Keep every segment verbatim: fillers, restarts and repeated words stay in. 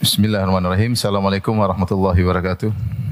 Bismillahirrahmanirrahim. Assalamualaikum warahmatullahi wabarakatuh.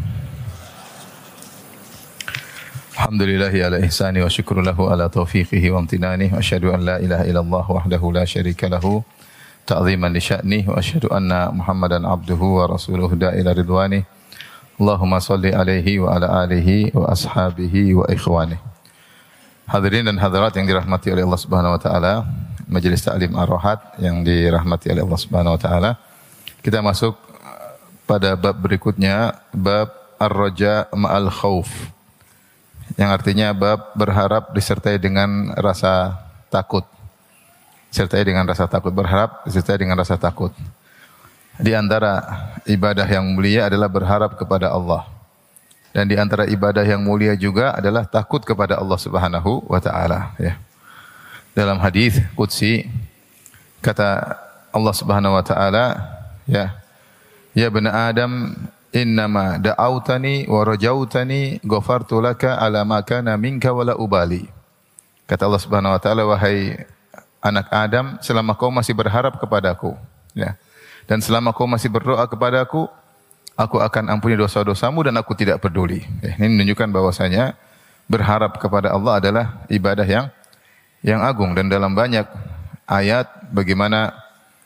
Alhamdulillahi ala ihsani wa syukru lahu ala taufiqihi wa amtinani wa asyhadu an la ilaha illallah wahdahu la syarika lahu ta'ziman li sya'ni wa asyhadu anna Muhammadan abduhu wa rasuluhu da'ila ridwani. Allahumma salli alaihi wa ala alihi wa ashabihi wa ikhwani. Hadirin dan hadirat yang dirahmati oleh Allah Subhanahu wa taala, Majelis Ta'lim Ar-Rahat yang dirahmati oleh Allah Subhanahu wa taala. Kita masuk pada bab berikutnya, bab ar-raja ma'al khauf. Yang artinya bab berharap disertai dengan rasa takut. Disertai dengan rasa takut, berharap disertai dengan rasa takut. Di antara ibadah yang mulia adalah berharap kepada Allah. Dan di antara ibadah yang mulia juga adalah takut kepada Allah Subhanahu wa taala, ya. Dalam hadis qudsi kata Allah Subhanahu wa taala, ya, ya bani Adam, innama da'autani wa rajautani ghafartu laka ala ma kana minka wala ubali. Kata Allah Subhanahu wa taala, wahai anak Adam, selama kau masih berharap kepadaku, ya, dan selama kau masih berdoa kepadaku, aku akan ampuni dosa-dosamu dan aku tidak peduli. Ya, ini menunjukkan bahwasanya berharap kepada Allah adalah ibadah yang yang agung, dan dalam banyak ayat bagaimana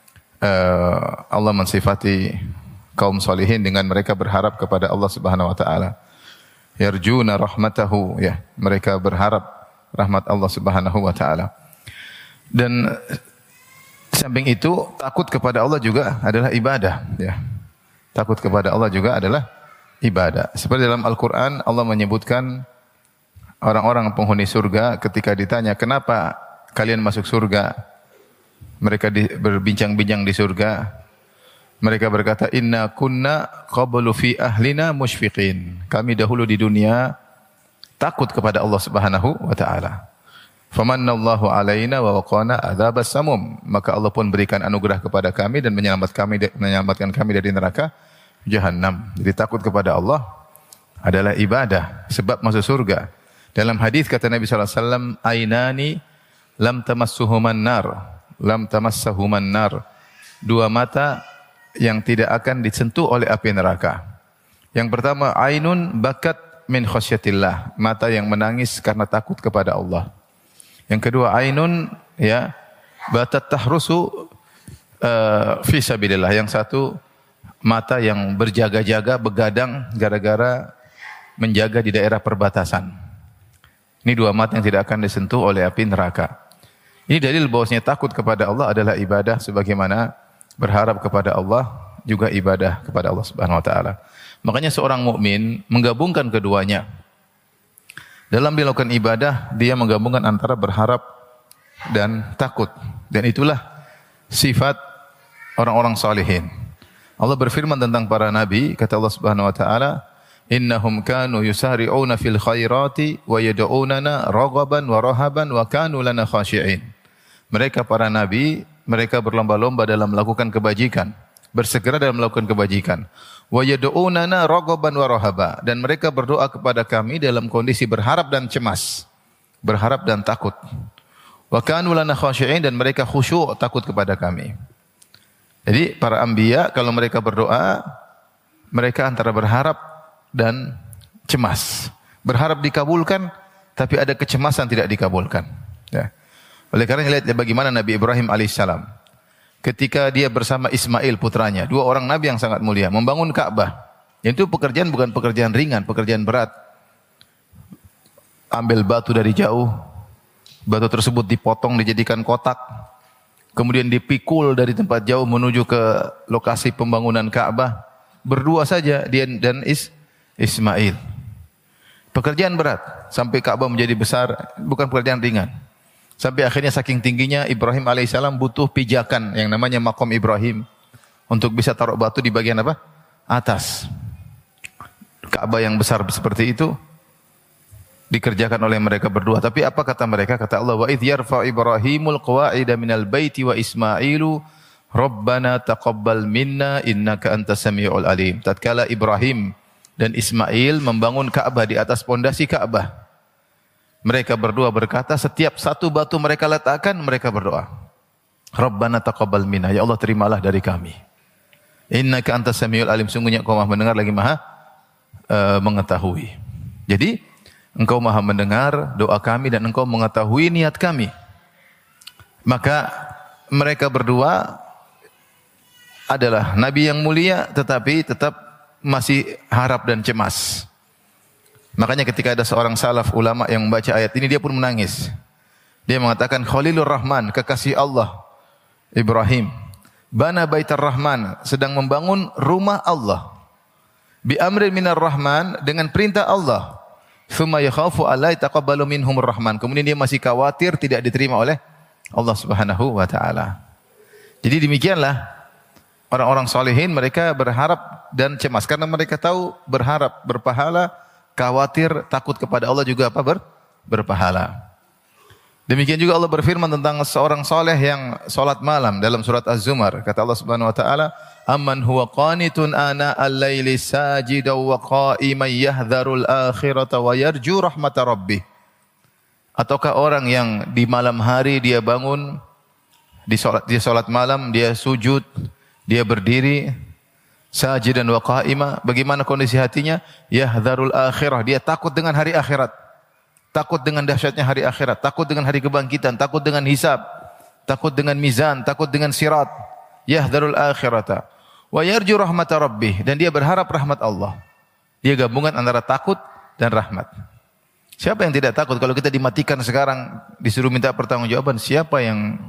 Uh, Allah mensifati kaum salihin dengan mereka berharap kepada Allah Subhanahu wa taala. Yarjuna rahmatahu, ya, mereka berharap rahmat Allah Subhanahu wa taala. Dan samping itu takut kepada Allah juga adalah ibadah, ya. Takut kepada Allah juga adalah ibadah. Seperti dalam Al-Qur'an Allah menyebutkan orang-orang penghuni surga ketika ditanya, "Kenapa kalian masuk surga?" Mereka di, berbincang-bincang di surga. Mereka berkata, inna kunna qablu fi ahlina musyfiqin. Kami dahulu di dunia takut kepada Allah Subhanahu wa taala. Famannallahu alaina wa waqana adzabas samum. Maka Allah pun berikan anugerah kepada kami dan menyelamatkan kami menyelamatkan kami dari neraka Jahannam. Jadi takut kepada Allah adalah ibadah, sebab masuk surga. Dalam hadis kata Nabi sallallahu alaihi wasallam, ainani lam tamassuhuman nar. Lam tamassahuman nar. Dua mata yang tidak akan disentuh oleh api neraka. Yang pertama, ainun bakat min khasyatillah, mata yang menangis karena takut kepada Allah. Yang kedua, ainun, ya, batat tahrusu uh, fi sabilillah. Yang satu, mata yang berjaga-jaga, begadang gara-gara menjaga di daerah perbatasan. Ini dua mata yang tidak akan disentuh oleh api neraka. Ini dalil bahwasanya takut kepada Allah adalah ibadah, sebagaimana berharap kepada Allah juga ibadah kepada Allah Subhanahu wa taala. Makanya seorang mukmin menggabungkan keduanya. Dalam melakukan ibadah, dia menggabungkan antara berharap dan takut. Dan itulah sifat orang-orang salihin. Allah berfirman tentang para nabi, kata Allah Subhanahu wa taala, innahum kanu yusari'una fil khairati wa yad'unana raghaban wa rahaban wa kanu lana khashi'in. Mereka para nabi, mereka berlomba-lomba dalam melakukan kebajikan, bersegera dalam melakukan kebajikan. Wa yad'unana raghaban wa rahaba, dan mereka berdoa kepada kami dalam kondisi berharap dan cemas, berharap dan takut. Wa kanu lana khashi'in, dan mereka khusyuk takut kepada kami. Jadi para anbiya kalau mereka berdoa, mereka antara berharap dan cemas. Berharap dikabulkan, tapi ada kecemasan tidak dikabulkan. Ya. Oleh karena lihat bagaimana Nabi Ibrahim alaihissalam ketika dia bersama Ismail putranya, dua orang nabi yang sangat mulia, membangun Ka'bah. Itu pekerjaan bukan pekerjaan ringan, pekerjaan berat. Ambil batu dari jauh, batu tersebut dipotong dijadikan kotak, kemudian dipikul dari tempat jauh menuju ke lokasi pembangunan Ka'bah. Berdua saja dia dan Is Ismail. Pekerjaan berat sampai Ka'bah menjadi besar, bukan pekerjaan ringan. Sampai akhirnya saking tingginya Ibrahim alaihissalam butuh pijakan yang namanya Maqam Ibrahim untuk bisa taruh batu di bagian apa? Atas. Ka'bah yang besar seperti itu dikerjakan oleh mereka berdua. Tapi apa kata mereka? Kata Allah, wa idh yarfa Ibrahimul qawa'ida minal baiti wa Ismailu Rabbana taqabbal minna innaka antas samiul alim. Tatkala Ibrahim dan Ismail membangun Ka'bah di atas pondasi Ka'bah, mereka berdua berkata, setiap satu batu mereka letakkan, mereka berdoa, Rabbana taqabbal minna, ya Allah terimalah dari kami. Innaka antas samiul alim, sungguhnya Engkau Maha mendengar lagi Maha uh, mengetahui. Jadi Engkau Maha mendengar doa kami dan Engkau mengetahui niat kami. Maka mereka berdua adalah nabi yang mulia tetapi tetap masih harap dan cemas. Makanya ketika ada seorang salaf ulama yang membaca ayat ini, dia pun menangis. Dia mengatakan, Khalilur Rahman, kekasih Allah, Ibrahim, bana baitar Rahman, sedang membangun rumah Allah. Bi amrin minar Rahman, dengan perintah Allah. Tsumma yakhafu alla yataqabbalu minhumur Rahman. Kemudian dia masih khawatir tidak diterima oleh Allah Subhanahu wa taala. Jadi demikianlah orang-orang salihin, mereka berharap dan cemas karena mereka tahu berharap berpahala, khawatir takut kepada Allah juga apa ber, berpahala. Demikian juga Allah berfirman tentang seorang saleh yang salat malam dalam surat Az-Zumar. Kata Allah Subhanahu wa taala, "Amman huwa qanitun ana al-laili sajidan wa qa'iman yahdharul akhirata wa yarju rahmata rabbih." Ataukah orang yang di malam hari dia bangun, di salat, dia salat malam, dia sujud, dia berdiri, sajidan wa qa'ima, bagaimana kondisi hatinya? Yahdharul akhirah, dia takut dengan hari akhirat. Takut dengan dahsyatnya hari akhirat, takut dengan hari kebangkitan, takut dengan hisab, takut dengan mizan, takut dengan sirat. Yahdharul akhirata wa yarju rahmata rabbih, dan dia berharap rahmat Allah. Dia gabungan antara takut dan rahmat. Siapa yang tidak takut kalau kita dimatikan sekarang, disuruh minta pertanggungjawaban? Siapa yang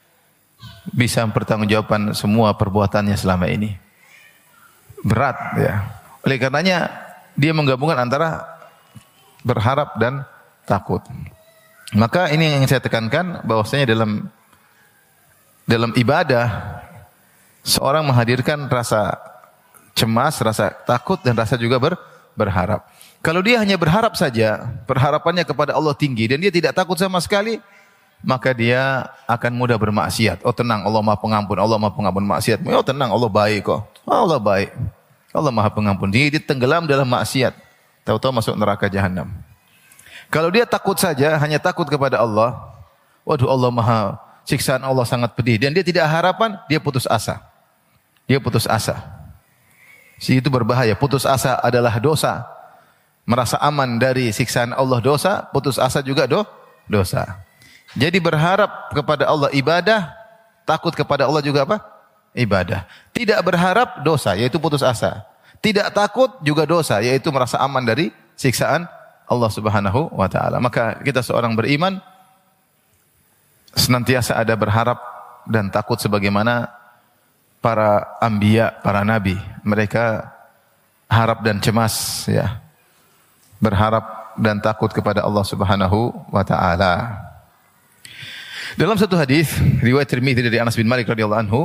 bisa mempertanggungjawabkan semua perbuatannya selama ini? Berat ya. Oleh karenanya dia menggabungkan antara berharap dan takut. Maka ini yang saya tekankan, bahwasanya dalam dalam ibadah seorang menghadirkan rasa cemas, rasa takut dan rasa juga ber, berharap. Kalau dia hanya berharap saja, berharapannya kepada Allah tinggi dan dia tidak takut sama sekali, maka dia akan mudah bermaksiat. Oh tenang, Allah Maha Pengampun, Allah Maha Pengampun maksiat. Oh tenang, Allah baik kok. Oh, Allah baik. Allah Maha Pengampun. Dia tenggelam dalam maksiat. Tahu-tahu masuk neraka jahanam. Kalau dia takut saja, hanya takut kepada Allah, waduh Allah Maha, siksaan Allah sangat pedih, dan dia tidak harapan, dia putus asa. Dia putus asa. Si itu berbahaya. Putus asa adalah dosa. Merasa aman dari siksaan Allah dosa, putus asa juga do, dosa. Jadi berharap kepada Allah ibadah, takut kepada Allah juga apa? Ibadah. Tidak berharap dosa, yaitu putus asa. Tidak takut juga dosa, yaitu merasa aman dari siksaan Allah Subhanahu wa taala. Maka kita seorang beriman senantiasa ada berharap dan takut sebagaimana para anbiya, para nabi. Mereka harap dan cemas ya. Berharap dan takut kepada Allah Subhanahu wa taala. Dalam satu hadis riwayat Tirmidzi dari Anas bin Malik radhiyallahu anhu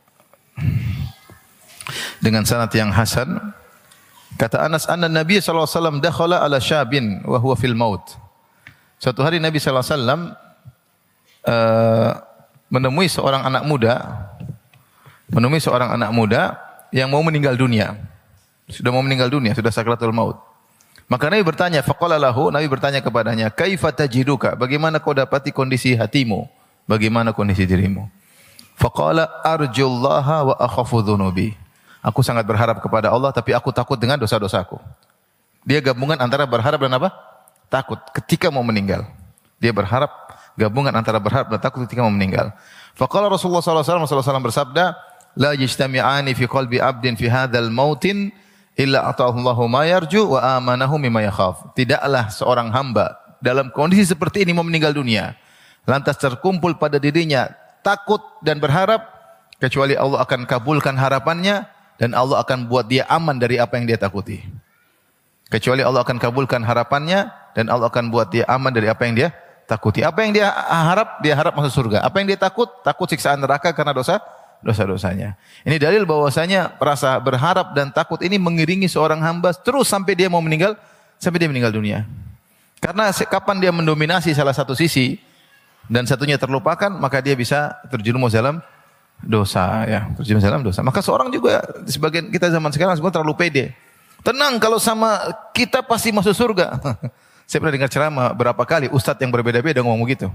dengan sanad yang hasan, kata Anas, anna Nabi sallallahu alaihi wasallam dakhala ala syabin wa huwa fil maut. Suatu hari Nabi sallallahu alaihi wasallam uh, menemui seorang anak muda, menemui seorang anak muda yang mau meninggal dunia. Sudah mau meninggal dunia, sudah sakratul maut. Maka Nabi bertanya, faqala lahu, Nabi bertanya kepadanya, kaifa tajiduka? Bagaimana kau dapati kondisi hatimu? Bagaimana kondisi dirimu? Faqala arjullaha wa akhafu dzunubi. Aku sangat berharap kepada Allah, tapi aku takut dengan dosa-dosaku. Dia gabungan antara berharap dan apa? Takut ketika mau meninggal. Dia berharap, gabungan antara berharap dan takut ketika mau meninggal. Faqala Rasulullah sallallahu alaihi wasallam, Rasulullah sallallahu alaihi wasallam bersabda, la yajtami'ani fi qalbi 'abdin fi hadzal mautin illa ata'allahu ma yarju wa amanahu mimma yakhaf. Tidaklah seorang hamba dalam kondisi seperti ini mau meninggal dunia, lantas terkumpul pada dirinya takut dan berharap, kecuali Allah akan kabulkan harapannya dan Allah akan buat dia aman dari apa yang dia takuti. Kecuali Allah akan kabulkan harapannya dan Allah akan buat dia aman dari apa yang dia takuti. Apa yang dia harap? Dia harap masuk surga. Apa yang dia takut? Takut siksaan neraka karena dosa dosa-dosanya. Ini dalil bahwasanya rasa berharap dan takut ini mengiringi seorang hamba terus sampai dia mau meninggal, sampai dia meninggal dunia. Karena kapan dia mendominasi salah satu sisi dan satunya terlupakan, maka dia bisa terjerumus dalam dosa ya, terjerumus dalam dosa. Maka seorang juga sebagian kita zaman sekarang semua terlalu pede. Tenang, kalau sama kita pasti masuk surga. Saya pernah dengar ceramah berapa kali ustadz yang berbeda-beda ngomong begitu.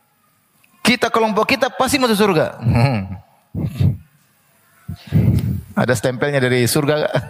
Kita kelompok kita pasti masuk surga. Ada stempelnya dari surga gak?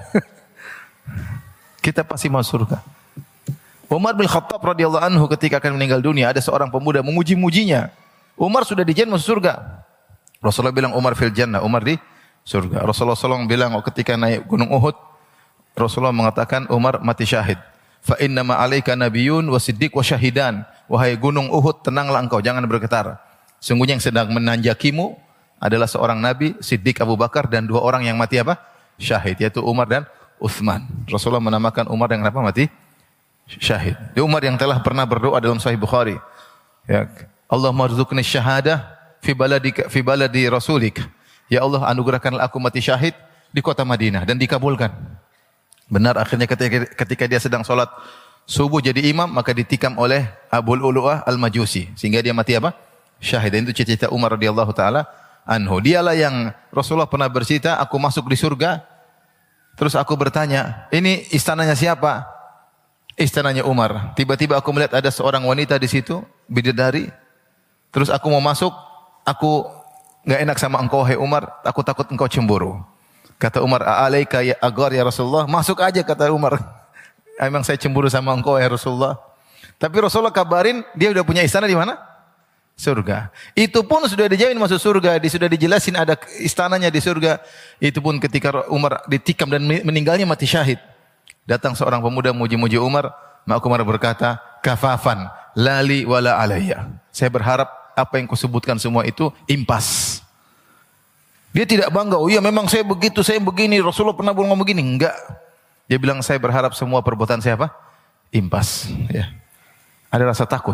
Kita pasti mau surga. Umar bin Khattab radhiyallahu anhu ketika akan meninggal dunia, ada seorang pemuda memuji-mujinya. Umar sudah dijanji masuk surga. Rasulullah bilang Umar fil jannah, Umar di surga. Rasulullah shallallahu alaihi wasallam bilang oh, ketika naik gunung Uhud, Rasulullah mengatakan Umar mati syahid. Fa inna ma 'alaika nabiyyun wa siddiq wa syahidan. Wahai gunung Uhud, tenanglah engkau, jangan bergetar. Sungguhnya yang sedang menanjakimu adalah seorang nabi, Siddiq Abu Bakar dan dua orang yang mati apa? Syahid, yaitu Umar dan Uthman. Rasulullah menamakan Umar yang apa? Mati syahid. Di Umar yang telah pernah berdoa dalam Sahih Bukhari. Ya, Allahumma rzuqni syahadah fi baladika fi baladi rasulik. Ya Allah, anugerahkanlah aku mati syahid di kota Madinah, dan dikabulkan. Benar, akhirnya ketika, ketika dia sedang sholat subuh jadi imam, maka ditikam oleh Abu Lu'lu'ah Al-Majusi sehingga dia mati apa? Syahid. Dan itu cita-cita Umar radhiyallahu taala anhu. Dialah yang Rasulullah pernah bercerita, aku masuk di surga. Terus aku bertanya, ini istananya siapa? Istananya Umar. Tiba-tiba aku melihat ada seorang wanita di situ, bidadari. Terus aku mau masuk, aku enggak enak sama engkau hai Umar, aku takut engkau cemburu. Kata Umar, "A'alaika ya agar ya Rasulullah?" Masuk aja kata Umar. Emang saya cemburu sama engkau ya Rasulullah. Tapi Rasulullah kabarin dia sudah punya istana di mana? Surga. Itu pun sudah dijamin masuk surga, sudah dijelasin ada istananya di surga. Itu pun ketika Umar ditikam dan meninggalnya mati syahid. Datang seorang pemuda muji-muji Umar, maka Umar berkata, "Kafafan, lali wala alayya." Saya berharap apa yang kau sebutkan semua itu impas. Dia tidak bangga, "Oh iya memang saya begitu, saya begini, Rasulullah pernah ngomong begini." Enggak. Dia bilang, "Saya berharap semua perbuatan saya apa? Impas." Ya. Ada rasa takut.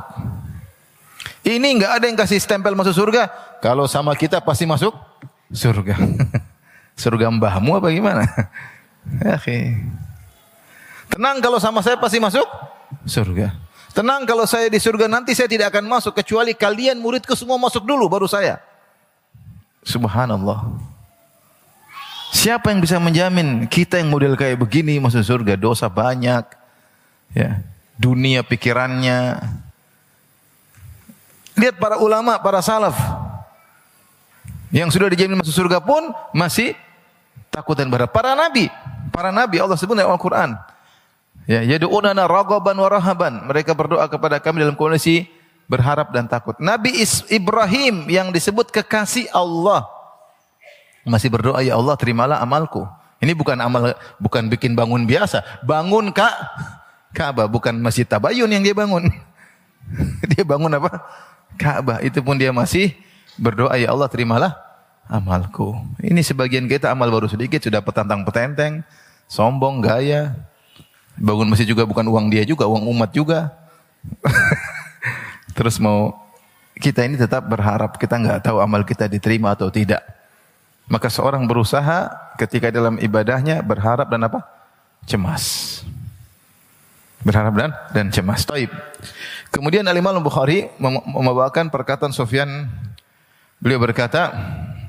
Ini enggak ada yang kasih stempel masuk surga. Kalau sama kita pasti masuk surga. Surga mbahmu apa gimana? Ya, okay. Tenang, kalau sama saya pasti masuk surga. Tenang, kalau saya di surga nanti saya tidak akan masuk kecuali kalian muridku semua masuk dulu baru saya. Subhanallah. Siapa yang bisa menjamin kita yang model kayak begini masuk surga? Dosa banyak. Ya, dunia pikirannya. Lihat para ulama, para salaf yang sudah dijamin masuk surga pun masih takut dan berharap. Para nabi, para nabi Allah sebut dalam Al-Qur'an. Ya, yad'unana raghaban wa rahaban. Mereka berdoa kepada kami dalam kondisi berharap dan takut. Nabi Ibrahim yang disebut kekasih Allah masih berdoa, "Ya Allah, terimalah amalku." Ini bukan amal, bukan bikin bangun biasa. Bangun Ka Ka'bah, bukan Masjid Tabayun yang dia bangun. Dia bangun apa? Ka'bah. Itu pun dia masih berdoa, "Ya Allah, terimalah amalku." Ini sebagian kita amal baru sedikit sudah petantang-petenteng, sombong, gaya. Bangun masjid juga bukan uang dia juga, uang umat juga. Terus mau kita ini tetap berharap, kita enggak tahu amal kita diterima atau tidak. Maka seorang berusaha ketika dalam ibadahnya berharap dan apa? Cemas. Berharap dan dan cemas. Taib. Kemudian Al-Imam Al-Bukhari membawakan perkataan Sufyan. Beliau berkata,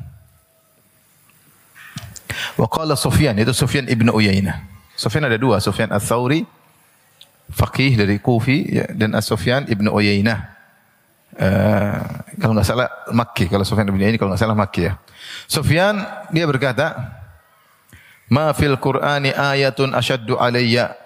wa qala Sufyan, itu Sufyan ibnu Uyainah. Sufyan ada dua, Sufyan Ats-Tsauri, faqih dari Kufi, ya, dan As-Sufyan ibnu Uyainah. Uh, kalau enggak salah Makki, kalau Sufyan ibnu Uyainah kalau enggak salah Makki ya. Sufyan dia berkata, "Ma fil Qur'ani ayatun asyaddu alayya."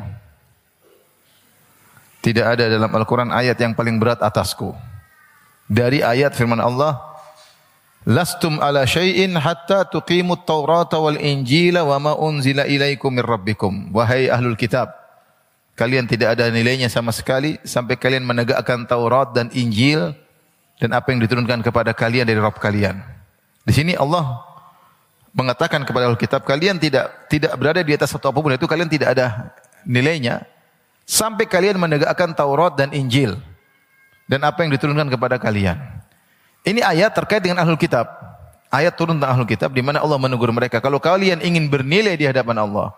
Tidak ada dalam Al-Qur'an ayat yang paling berat atasku. Dari ayat firman Allah, "Lastum ala syai'in hatta tuqimut Taurata wal Injila wa ma unzila ilaikum mir rabbikum." Wahai ahlul kitab, kalian tidak ada nilainya sama sekali sampai kalian menegakkan Taurat dan Injil dan apa yang diturunkan kepada kalian dari Rabb kalian. Di sini Allah mengatakan kepada ahlul kitab, kalian tidak tidak berada di atas satu apapun, itu kalian tidak ada nilainya sampai kalian menegakkan Taurat dan Injil dan apa yang diturunkan kepada kalian. Ini ayat terkait dengan ahlul kitab. Ayat turun tentang ahlul kitab di mana Allah menegur mereka, kalau kalian ingin bernilai di hadapan Allah,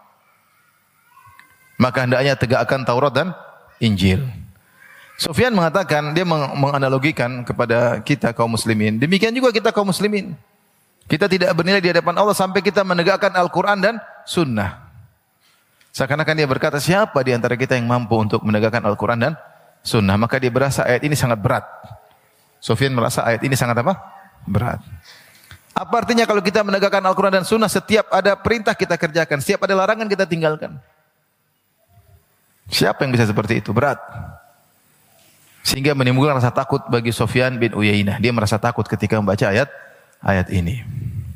maka hendaknya tegakkan Taurat dan Injil. Sufyan mengatakan, dia menganalogikan kepada kita kaum muslimin, demikian juga kita kaum muslimin. Kita tidak bernilai di hadapan Allah sampai kita menegakkan Al-Quran dan Sunnah. Seakan-akan dia berkata, siapa di antara kita yang mampu untuk menegakkan Al-Quran dan Sunnah? Maka dia berasa ayat ini sangat berat. Sufyan merasa ayat ini sangat apa? Berat. Apa artinya kalau kita menegakkan Al-Quran dan Sunnah, setiap ada perintah kita kerjakan, setiap ada larangan kita tinggalkan. Siapa yang bisa seperti itu? Berat. Sehingga menimbulkan rasa takut bagi Sufyan bin Uyainah. Dia merasa takut ketika membaca ayat ayat ini.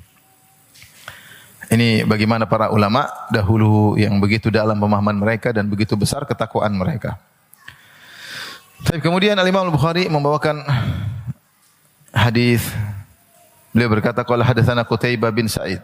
Ini bagaimana para ulama dahulu yang begitu dalam pemahaman mereka dan begitu besar ketakwaan mereka. Tapi kemudian Al-Imam Al-Bukhari membawakan hadis. Beliau berkata, qala hadatsana Qutaibah bin Sa'id.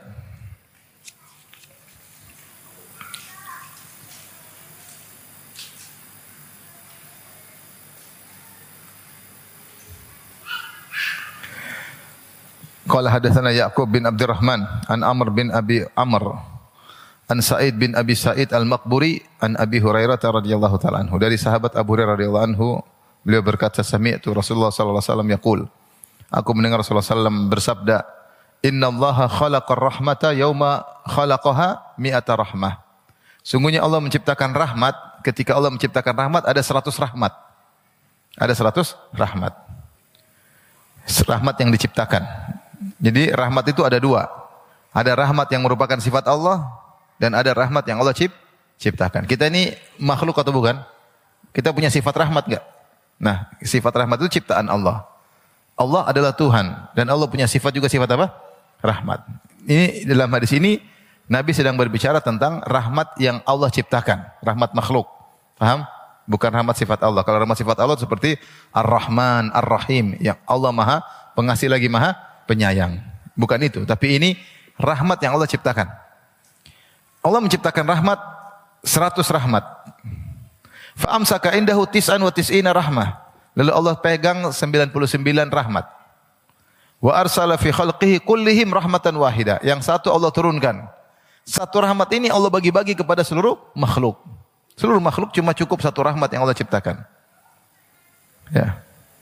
Qala hadatsana Ya'qub bin Abdurrahman an Amr bin Abi Amr an Sa'id bin Abi Sa'id Al-Maqburi an Abi Hurairah radhiyallahu taala anhu. Dari sahabat Abu Hurairah radhiyallahu anhu, beliau berkata, sami'tu Rasulullah sallallahu alaihi wasallam yaqul. Aku mendengar Rasulullah sallallahu alaihi wasallam bersabda, Inna Allaha khalaqar rahmata yauma khalaqaha mi'ata rahmah. Sungguhnya Allah menciptakan rahmat, ketika Allah menciptakan rahmat ada seratus rahmat. Ada seratus rahmat. Rahmat yang diciptakan. Jadi rahmat itu ada dua. Ada rahmat yang merupakan sifat Allah dan ada rahmat yang Allah cip, ciptakan. Kita ini makhluk atau bukan? Kita punya sifat rahmat enggak? Nah, sifat rahmat itu ciptaan Allah. Allah adalah Tuhan dan Allah punya sifat juga sifat apa? Rahmat. Ini dalam hadis ini Nabi sedang berbicara tentang rahmat yang Allah ciptakan, rahmat makhluk. Paham? Bukan rahmat sifat Allah. Kalau rahmat sifat Allah seperti Ar-Rahman, Ar-Rahim, yang Allah Maha Pengasih lagi Maha Penyayang. Bukan itu, tapi ini rahmat yang Allah ciptakan. Allah menciptakan rahmat seratus rahmat. Fa amsaka indahu tis'an wa tis'ina rahmah. Lalu Allah pegang sembilan puluh sembilan rahmat. Wa arsala fi khalqihi kullihim rahmatan wahidah. Yang satu Allah turunkan. Satu rahmat ini Allah bagi-bagi kepada seluruh makhluk. Seluruh makhluk cuma cukup satu rahmat yang Allah ciptakan. Ya.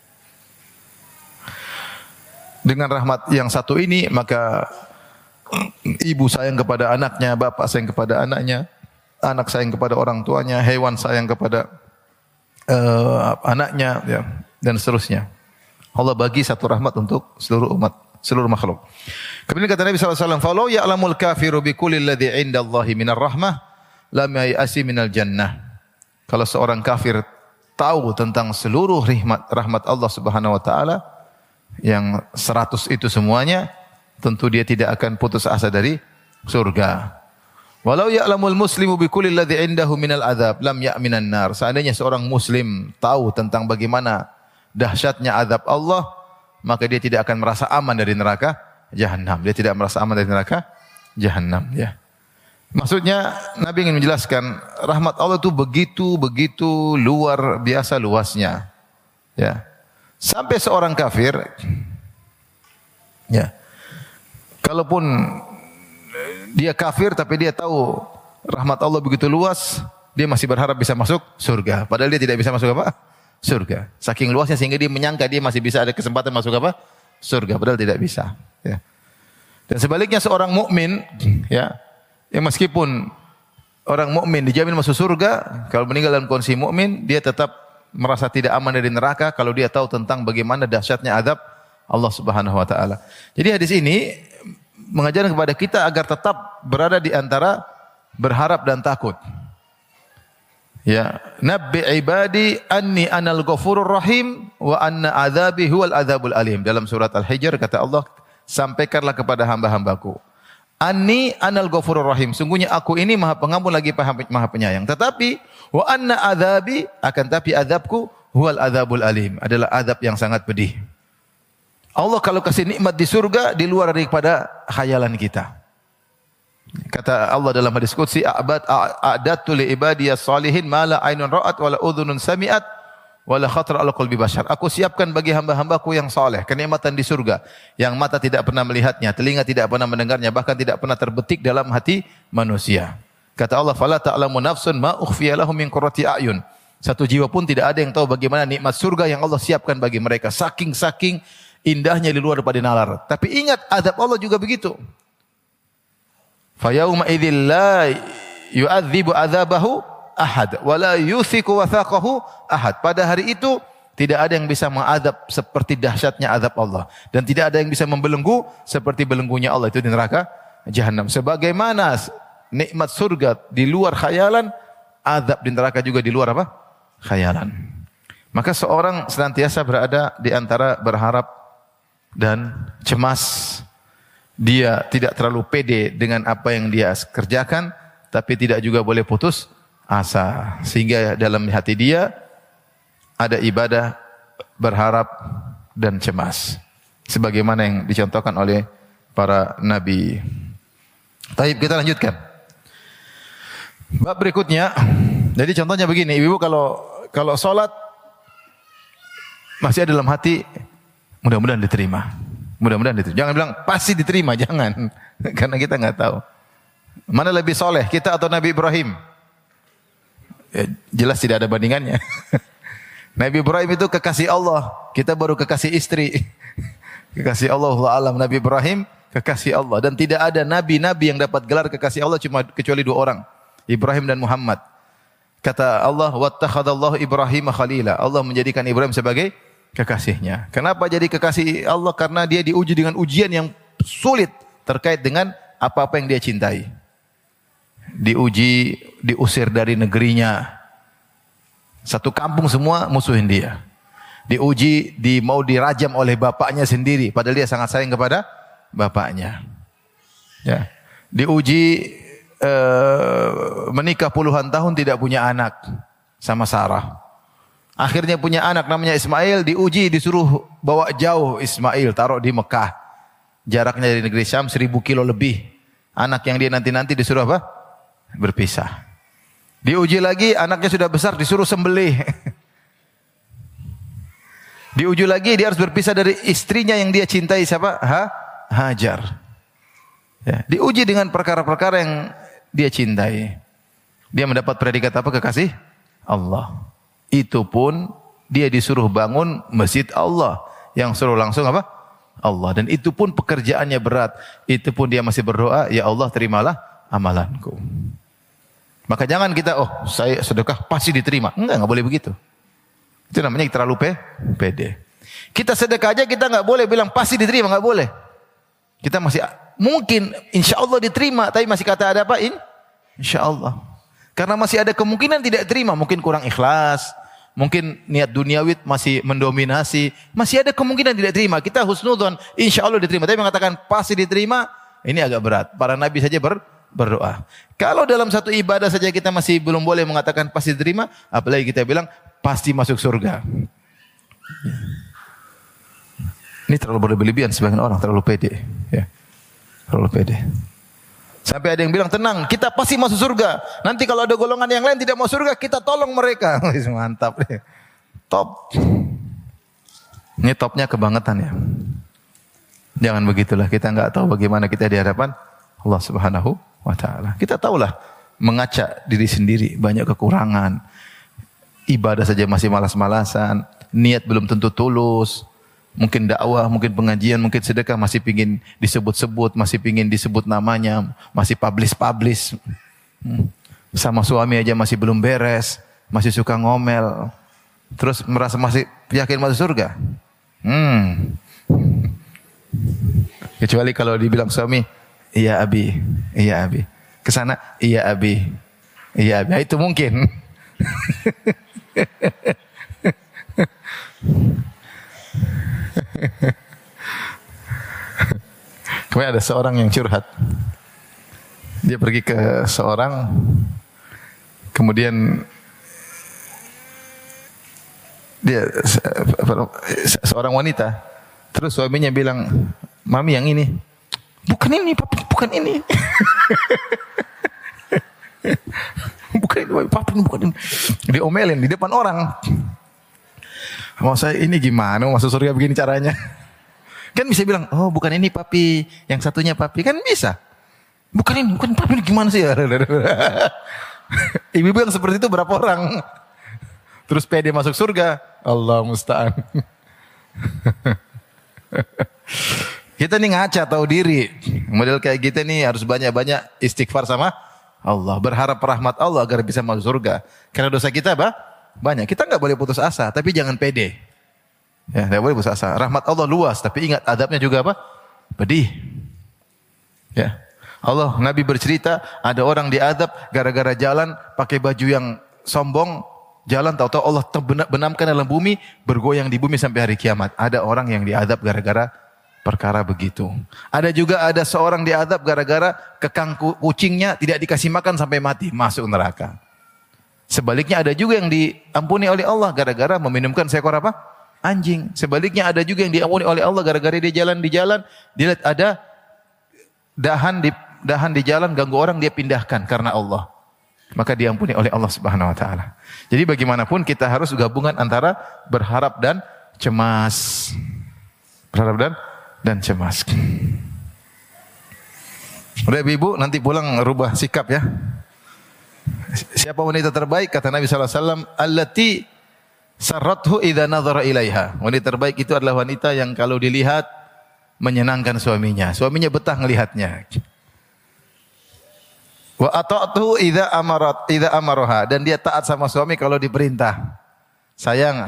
Dengan rahmat yang satu ini, maka ibu sayang kepada anaknya, bapak sayang kepada anaknya, anak sayang kepada orang tuanya, hewan sayang kepada Uh, anaknya, ya, dan seterusnya. Allah bagi satu rahmat untuk seluruh umat, seluruh makhluk. Kemudian kata Nabi sallallahu alaihi wasallam, "Falau ya'lamul kafiru bi kulli alladhi 'inda Allahi minar rahmah, lam ya'asi minal jannah." Kalau seorang kafir tahu tentang seluruh rahmat rahmat Allah Subhanahu wa taala yang seratus itu semuanya, tentu dia tidak akan putus asa dari surga. Walau ya'lamul muslimu bi kulli alladhi 'indahu minal adzab lam ya'minan nar. Seandainya seorang muslim tahu tentang bagaimana dahsyatnya azab Allah, maka dia tidak akan merasa aman dari neraka Jahannam. Dia tidak merasa aman dari neraka Jahannam, ya. Maksudnya Nabi ingin menjelaskan rahmat Allah itu begitu begitu luar biasa luasnya, ya. Sampai seorang kafir, ya, kalaupun dia kafir tapi dia tahu rahmat Allah begitu luas, dia masih berharap bisa masuk surga. Padahal dia tidak bisa masuk apa? Surga. Saking luasnya sehingga dia menyangka dia masih bisa ada kesempatan masuk apa? Surga. Padahal tidak bisa. Ya. Dan sebaliknya seorang mukmin, ya, ya meskipun orang mukmin dijamin masuk surga, kalau meninggal dalam kondisi mukmin, dia tetap merasa tidak aman dari neraka kalau dia tahu tentang bagaimana dahsyatnya azab Allah Subhanahu wa taala. Jadi hadis ini mengajarkan kepada kita agar tetap berada di antara berharap dan takut. Ya, nabbi ibadi anni anal ghafurur rahim wa anna adzabi huwal adzabul alim. Dalam surat Al-Hijr kata Allah, sampaikanlah kepada hamba-hambaku, anni anal ghafurur rahim. Sungguhnya aku ini Maha Pengampun lagi Maha Penyayang. Tetapi wa anna adzabi, akan tapi azabku huwal adzabul alim, adalah azab yang sangat pedih. Allah kalau kasih nikmat di surga di luar daripada khayalan kita. Kata Allah dalam hadis qudsi, a'bad a'datu li ibadiyas salihin ma la ainun ra'at wa la udhunun sami'at wa la khatara ala qalbi bashar. Aku siapkan bagi hamba-hambaku yang saleh kenikmatan di surga yang mata tidak pernah melihatnya, telinga tidak pernah mendengarnya, bahkan tidak pernah terbetik dalam hati manusia. Kata Allah, fala ta'lamu nafsun ma ukhfiya lahum min qurrati a'yun. Satu jiwa pun tidak ada yang tahu bagaimana nikmat surga yang Allah siapkan bagi mereka. Saking-saking indahnya di luar daripada nalar. Tapi ingat, azab Allah juga begitu. Fa yauma idzil la yu'adzibu adzabahu ahad wa la yuthiqu wathaqahu ahad. Pada hari itu Tidak ada yang bisa mengadab seperti dahsyatnya azab Allah. Dan tidak ada yang bisa membelenggu seperti belenggunya Allah itu di neraka Jahannam. Sebagaimana nikmat surga di luar khayalan, azab di neraka juga di luar apa? Khayalan. Maka seorang senantiasa berada di antara berharap dan cemas. Dia tidak terlalu pede dengan apa yang dia kerjakan, tapi tidak juga boleh putus asa. Sehingga dalam hati dia ada ibadah, berharap dan cemas. Sebagaimana yang dicontohkan oleh para nabi. Baik, kita lanjutkan. Bab berikutnya. Jadi contohnya begini, ibu kalau kalau salat masih ada dalam hati, mudah-mudahan diterima. Mudah-mudahan diterima. Jangan bilang pasti diterima, jangan. Karena kita enggak tahu. Mana lebih soleh, kita atau Nabi Ibrahim? Ya, jelas tidak ada bandingannya. Nabi Ibrahim itu kekasih Allah, kita baru kekasih istri. Kekasih Allah, Allah alam. Nabi Ibrahim kekasih Allah, dan tidak ada nabi-nabi yang dapat gelar kekasih Allah cuma kecuali dua orang, Ibrahim dan Muhammad. Kata Allah, wattakhadallahu Ibrahim khalila. Allah menjadikan Ibrahim sebagai kekasihnya. Kenapa jadi kekasih Allah? Karena dia diuji dengan ujian yang sulit terkait dengan apa-apa yang dia cintai. Diuji, diusir dari negerinya. Satu kampung semua musuhin dia. Diuji, di mau dirajam oleh bapaknya sendiri, padahal dia sangat sayang kepada bapaknya. Ya. Diuji uh, menikah puluhan tahun tidak punya anak sama Sarah. Akhirnya punya anak namanya Ismail, diuji disuruh bawa jauh Ismail, taruh di Mekah. Jaraknya dari negeri Syam seribu kilo lebih. Anak yang dia nanti-nanti disuruh apa? Berpisah. Diuji lagi, anaknya sudah besar, disuruh sembelih. Diuji lagi, dia harus berpisah dari istrinya yang dia cintai, siapa? Ha? Hajar. Ya. Diuji dengan perkara-perkara yang dia cintai. Dia mendapat predikat apa? Kekasih Allah. Itu pun dia disuruh bangun masjid Allah. Yang suruh langsung apa? Allah. Dan itu pun pekerjaannya berat. Itu pun dia masih berdoa, ya Allah terimalah amalanku. Maka jangan kita, oh saya sedekah pasti diterima. Enggak, enggak boleh begitu. Itu namanya terlalu pe, pede. Kita sedekah aja kita enggak boleh bilang pasti diterima, enggak boleh. Kita masih mungkin insya Allah diterima, tapi masih kata ada apa? In, insya Allah. Karena masih ada kemungkinan tidak terima, mungkin kurang ikhlas, mungkin niat duniawi masih mendominasi, masih ada kemungkinan tidak terima. Kita husnudzon, insya Allah diterima. Tapi mengatakan pasti diterima, ini agak berat. Para nabi saja ber berdoa. Kalau dalam satu ibadah saja kita masih belum boleh mengatakan pasti diterima, apalagi kita bilang pasti masuk surga. Ini terlalu berlebihan sebagian orang, terlalu pede. Ya. Terlalu pede. Sampai ada yang bilang, tenang, kita pasti masuk surga. Nanti kalau ada golongan yang lain tidak mau surga, kita tolong mereka. Mantap. Top. Ini topnya kebangetan ya. Jangan begitulah, kita enggak tahu bagaimana kita di hadapan Allah Subhanahu wa ta'ala. Kita tahulah mengaca diri sendiri, banyak kekurangan. Ibadah saja masih malas-malasan, niat belum tentu tulus. Mungkin dakwah, mungkin pengajian, mungkin sedekah masih pingin disebut-sebut, masih pingin disebut namanya, masih publish-publish. Sama suami aja masih belum beres, masih suka ngomel. Terus merasa masih yakin masuk surga. Hmm. Kecuali kalau dibilang suami, iya abi, iya abi. Kesana, iya abi, iya abi. Itu mungkin. Kemudian ada seorang yang curhat. Dia pergi ke seorang, kemudian dia seorang wanita. Terus suaminya bilang, mami yang ini. Bukan ini, papi, bukan ini. Bukan ini, papi, bukan ini. Diomelin di depan orang. Mau saya ini gimana, mau masuk surga begini caranya. Kan bisa bilang, oh bukan ini papi, yang satunya papi. Kan bisa. Bukan ini, bukan papi, gimana sih? Ibu-ibu yang seperti itu berapa orang? Terus pede masuk surga. Allah musta'an. Kita nih ngaca, tahu diri. Model kayak kita nih harus banyak-banyak istighfar sama Allah. Berharap rahmat Allah agar bisa masuk surga. Karena dosa kita apa? banyak. Kita nggak boleh putus asa, tapi jangan pede. Ya, nggak boleh putus asa. Rahmat Allah luas, tapi ingat adabnya juga apa? Pedih. Ya. Allah, Nabi bercerita, ada orang diadab gara-gara jalan pakai baju yang sombong, jalan tahu-tahu Allah benamkan dalam bumi, bergoyang di bumi sampai hari kiamat. Ada orang yang diadab gara-gara perkara begitu. Ada juga ada seorang diadab gara-gara kekang kucingnya tidak dikasih makan sampai mati, masuk neraka. Sebaliknya ada juga yang diampuni oleh Allah gara-gara meminumkan seekor apa? Anjing. Sebaliknya ada juga yang diampuni oleh Allah gara-gara dia jalan di jalan, dia lihat ada dahan di dahan di jalan ganggu orang, dia pindahkan karena Allah. Maka diampuni oleh Allah Subhanahu wa taala. Jadi bagaimanapun kita harus gabungan antara berharap dan cemas. Berharap dan dan cemas. Udah ibu, nanti pulang rubah sikap ya. Siapa wanita terbaik? Kata Nabi sallallahu alaihi wasallam, allati sarrathu idza nadhara ilaiha. Wanita terbaik itu adalah wanita yang kalau dilihat menyenangkan suaminya. Suaminya betah ngelihatnya. Wa ata'tuhu idza amarat idza amaroha, dan dia taat sama suami kalau diperintah. Sayang,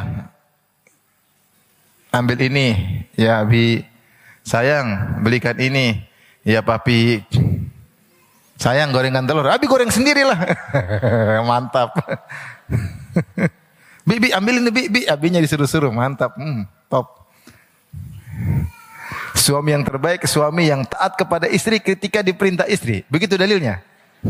ambil ini, ya Abi. Sayang, belikan ini, ya Papi. Sayang, gorengan telur. Abi goreng sendirilah. Mantap. Bibi ambil ini, Bibi. Abinya disuruh-suruh, mantap. Hmm, top. Suami yang terbaik, suami yang taat kepada istri ketika diperintah istri. Begitu dalilnya.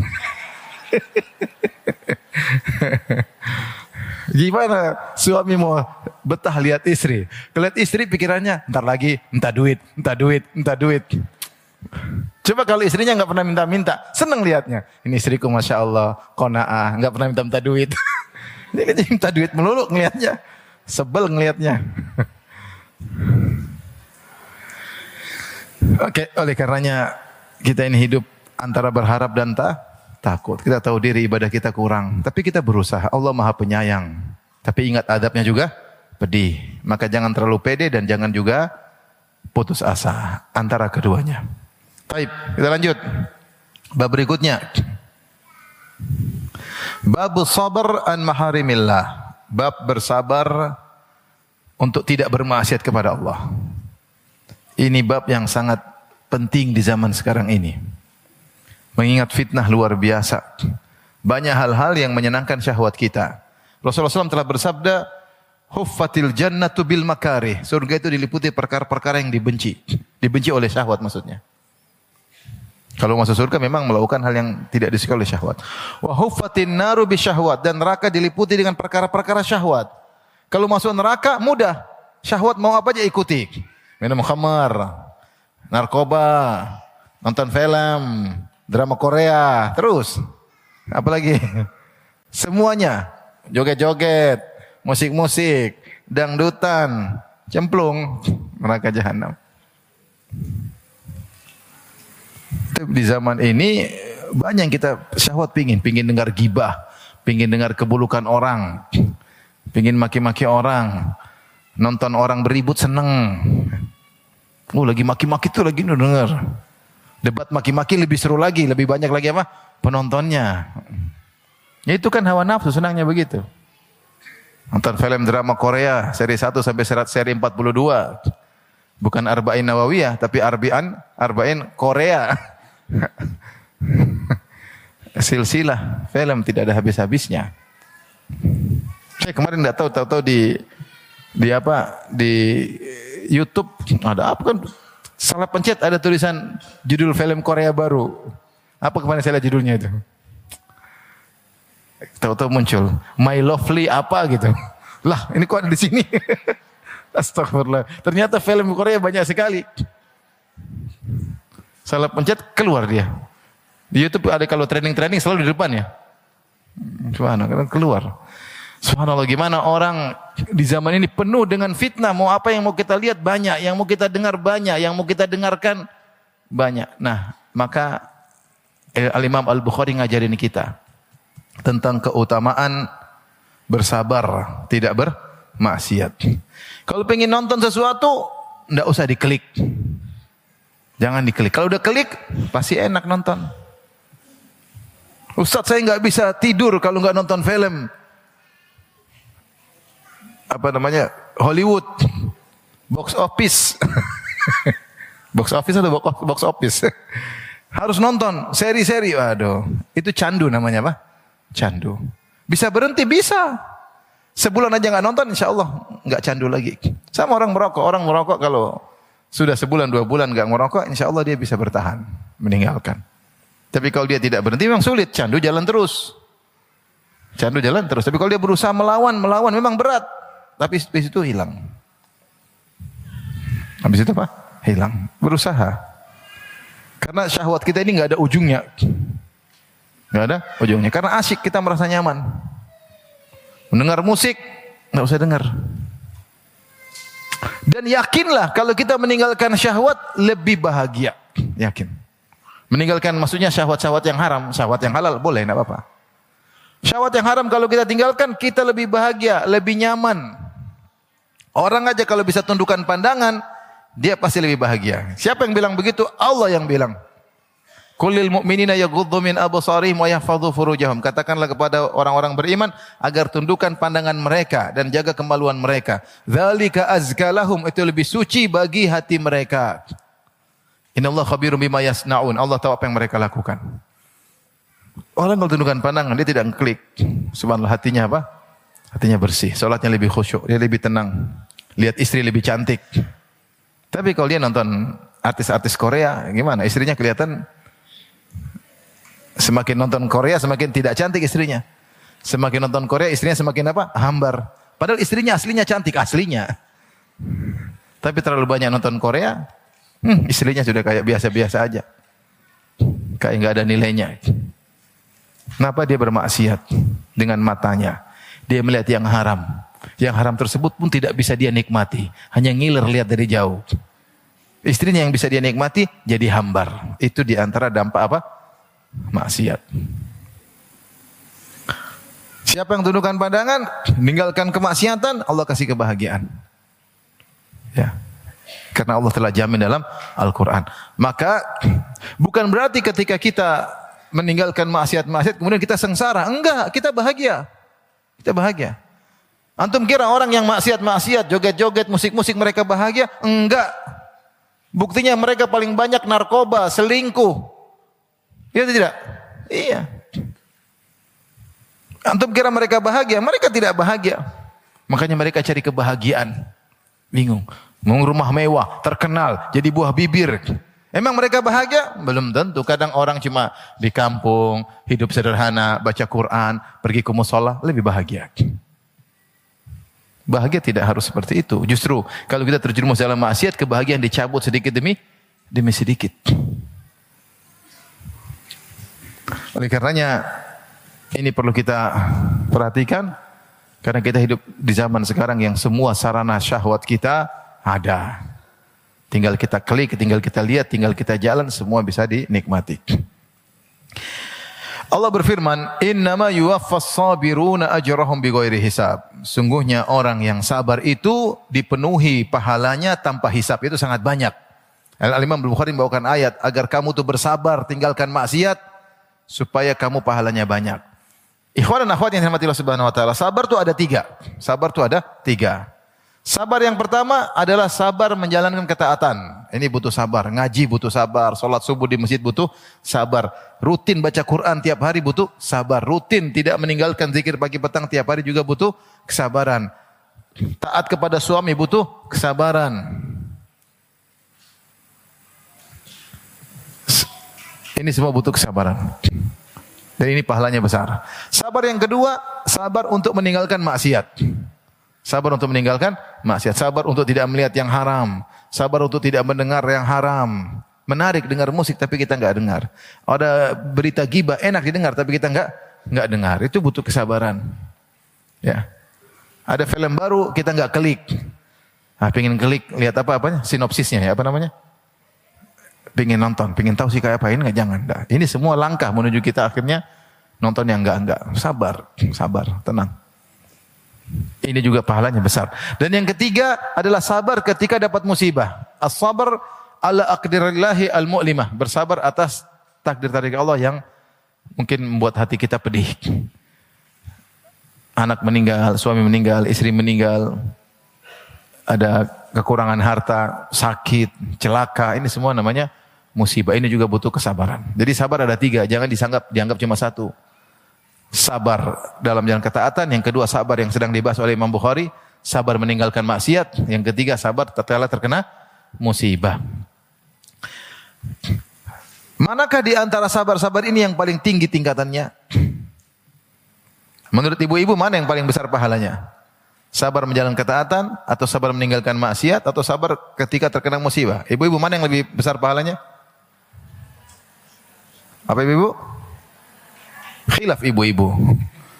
Gimana suami mau betah lihat istri? Lihat istri pikirannya, ntar lagi, entah duit, entah duit, entah duit. Coba kalau istrinya nggak pernah minta-minta, seneng lihatnya. Ini istriku masya Allah, qanaah, nggak pernah minta-minta duit. Dia minta duit melulu ngelihatnya, sebel ngelihatnya. Oke, oleh karenanya kita ini hidup antara berharap dan tak takut. Kita tahu diri ibadah kita kurang, tapi kita berusaha. Allah Maha Penyayang. Tapi ingat adabnya juga pedih. Maka jangan terlalu pede dan jangan juga putus asa antara keduanya. Baik, kita lanjut. Bab berikutnya. Bab sabar an maharimillah. Bab bersabar untuk tidak bermaksiat kepada Allah. Ini bab yang sangat penting di zaman sekarang ini. Mengingat fitnah luar biasa. Banyak hal-hal yang menyenangkan syahwat kita. Rasulullah shallallahu alaihi wasallam telah bersabda, huffatil jannatu bil makarih. Surga itu diliputi perkara-perkara yang dibenci. Dibenci oleh syahwat maksudnya. Kalau masuk surga memang melakukan hal yang tidak disukai oleh syahwat. Wa huffatin naru bi syahwat. Dan neraka diliputi dengan perkara-perkara syahwat. Kalau masuk neraka mudah. Syahwat mau apa aja ikuti. Minum khamar, narkoba, nonton film, drama Korea, terus apalagi semuanya, joget-joget, musik-musik, dangdutan, cemplung, neraka jahanam. Di zaman ini banyak yang kita syahwat pingin, pingin dengar gibah, pingin dengar keburukan orang, pingin maki-maki orang, nonton orang beribut seneng. Oh lagi maki-maki tuh lagi dengar. Debat maki-maki lebih seru lagi, lebih banyak lagi apa? Penontonnya. Ya itu kan hawa nafsu, senangnya begitu. Nonton film drama Korea, seri satu sampai seri empat puluh dua. Bukan Arba'in Nawawiyah, tapi Arba'in, Arba'in Korea. Silsilah film tidak ada habis-habisnya. Saya kemarin enggak tahu, tahu-tahu di di apa? Di YouTube ada apa kan? Salah pencet ada tulisan judul film Korea baru. Apa kemarin saya lihat judulnya itu? Tahu-tahu muncul My Lovely apa gitu. Lah, ini kok ada di sini? Astagfirullah. Ternyata film Korea banyak sekali. Salah pencet keluar dia. Di YouTube ada kalau training-training selalu di depan ya. Subhanallah, keluar. Subhanallah, gimana orang di zaman ini penuh dengan fitnah. Mau apa yang mau kita lihat banyak, yang mau kita dengar banyak, yang mau kita dengarkan banyak. Nah, maka Al-Imam Al-Bukhari ngajarin kita tentang keutamaan bersabar, tidak bermaksiat. Kalau pengen nonton sesuatu, enggak usah diklik. Jangan diklik. Kalau udah klik, pasti enak nonton. Ustaz, saya enggak bisa tidur kalau enggak nonton film. apa namanya Hollywood, box office, box office atau box box office, harus nonton seri-seri, waduh, itu candu namanya apa? Candu. Bisa berhenti, bisa. Sebulan aja nggak nonton, insya Allah nggak candu lagi. Sama orang merokok, orang merokok kalau sudah sebulan dua bulan nggak merokok, insya Allah dia bisa bertahan, meninggalkan. Tapi kalau dia tidak berhenti, memang sulit. Candu jalan terus. Candu jalan terus. Tapi kalau dia berusaha melawan, melawan memang berat. Tapi habis itu hilang. Habis itu apa? Hilang. Berusaha. Karena syahwat kita ini nggak ada ujungnya. Nggak ada ujungnya. Karena asyik, kita merasa nyaman. Mendengar musik, nggak usah dengar. Dan yakinlah kalau kita meninggalkan syahwat lebih bahagia. Yakin. Meninggalkan maksudnya syahwat-syahwat yang haram, syahwat yang halal boleh, enggak apa-apa. Syahwat yang haram kalau kita tinggalkan, kita lebih bahagia, lebih nyaman. Orang aja kalau bisa tundukkan pandangan, dia pasti lebih bahagia. Siapa yang bilang begitu? Allah yang bilang. Qulil mu'minina yaghuddu min absarihim wa yahfadhu furujahum. Katakanlah kepada orang-orang beriman agar tundukkan pandangan mereka dan jaga kemaluan mereka. Dzalika azka lahum, itu lebih suci bagi hati mereka. Innallaha khabirum bima yasnaun. Allah tahu apa yang mereka lakukan. Orang kalau tundukkan pandangan, dia tidak ngeklik. Subhanallah, hatinya apa? Hatinya bersih, salatnya lebih khusyuk, dia lebih tenang. Lihat istri lebih cantik. Tapi kalau dia nonton artis-artis Korea, gimana? Istrinya kelihatan semakin nonton Korea semakin tidak cantik istrinya. Semakin nonton Korea istrinya semakin apa? Hambar. Padahal istrinya aslinya cantik, aslinya. Tapi terlalu banyak nonton Korea, hmm, istrinya sudah kayak biasa-biasa aja. Kayak nggak ada nilainya. Kenapa dia bermaksiat dengan matanya? Dia melihat yang haram. Yang haram tersebut pun tidak bisa dia nikmati. Hanya ngiler lihat dari jauh. Istrinya yang bisa dia nikmati jadi hambar. Itu di antara dampak apa? Maksiat. Siapa yang tundukkan pandangan, meninggalkan kemaksiatan, Allah kasih kebahagiaan. Ya. Karena Allah telah jamin dalam Al-Quran. Maka bukan berarti ketika kita meninggalkan maksiat-maksiat kemudian kita sengsara. Enggak, kita bahagia. Kita bahagia. Antum kira orang yang maksiat-maksiat, joget-joget, musik-musik mereka bahagia? Enggak. Buktinya mereka paling banyak narkoba, selingkuh. Iya atau tidak? Iya. Antum kira mereka bahagia? Mereka tidak bahagia. Makanya mereka cari kebahagiaan. Bingung. Mau rumah mewah, terkenal, jadi buah bibir. Emang mereka bahagia? Belum tentu. Kadang orang cuma di kampung, hidup sederhana, baca Quran, pergi ke mushola, lebih bahagia. Bahagia tidak harus seperti itu. Justru kalau kita terjerumus dalam maksiat, kebahagiaan dicabut sedikit demi demi sedikit. Oleh karenanya ini perlu kita perhatikan, karena kita hidup di zaman sekarang yang semua sarana syahwat kita ada. Tinggal kita klik, tinggal kita lihat, tinggal kita jalan, semua bisa dinikmati. Allah berfirman, "Innama yuwaffas sabiruna ajrahum bighairi hisab." Sungguhnya orang yang sabar itu dipenuhi pahalanya tanpa hisab. Itu sangat banyak. Al-Imam Al-Bukhari membawakan ayat agar kamu tuh bersabar, tinggalkan maksiat supaya kamu pahalanya banyak. Ikhwan dan akhwat yang dirahmati Allah Subhanahu wa taala, sabar itu ada tiga. Sabar itu ada tiga. Sabar yang pertama adalah sabar menjalankan ketaatan. Ini butuh sabar. Ngaji butuh sabar. Salat subuh di masjid butuh sabar. Rutin baca Quran tiap hari butuh sabar. Rutin tidak meninggalkan zikir pagi petang tiap hari juga butuh kesabaran. Taat kepada suami butuh kesabaran. Ini semua butuh kesabaran. Dan ini pahalanya besar. Sabar yang kedua, sabar untuk meninggalkan maksiat. Sabar untuk meninggalkan maksiat. Sabar untuk tidak melihat yang haram. Sabar untuk tidak mendengar yang haram. Menarik dengar musik tapi kita enggak dengar. Ada berita ghibah enak didengar tapi kita enggak enggak dengar. Itu butuh kesabaran. Ya. Ada film baru kita enggak klik. Ah, pengen klik lihat apa apanya? Sinopsisnya ya, apa namanya? Pengen nonton, pengen tahu sih kayak apa ini enggak, jangan. Nah, ini semua langkah menuju kita akhirnya nonton yang enggak enggak. Sabar, sabar, tenang. Ini juga pahalanya besar. Dan yang ketiga adalah sabar ketika dapat musibah. As-sabar ala aqdarillahi al-mu'limah. Bersabar atas takdir-takdir Allah yang mungkin membuat hati kita pedih. anak meninggal, suami meninggal, istri meninggal, ada kekurangan harta, sakit, celaka, ini semua namanya musibah. Ini juga butuh kesabaran. Jadi sabar ada tiga, jangan dianggap dianggap cuma satu. Sabar dalam jalan ketaatan, yang kedua sabar yang sedang dibahas oleh Imam Bukhari, sabar meninggalkan maksiat, yang ketiga sabar tatkala terkena musibah. Manakah di antara sabar-sabar ini yang paling tinggi tingkatannya? Menurut ibu-ibu mana yang paling besar pahalanya? Sabar menjalankan ketaatan, atau sabar meninggalkan maksiat, atau sabar ketika terkena musibah? Ibu-ibu mana yang lebih besar pahalanya? Apa ibu-ibu? Khilaf ibu-ibu.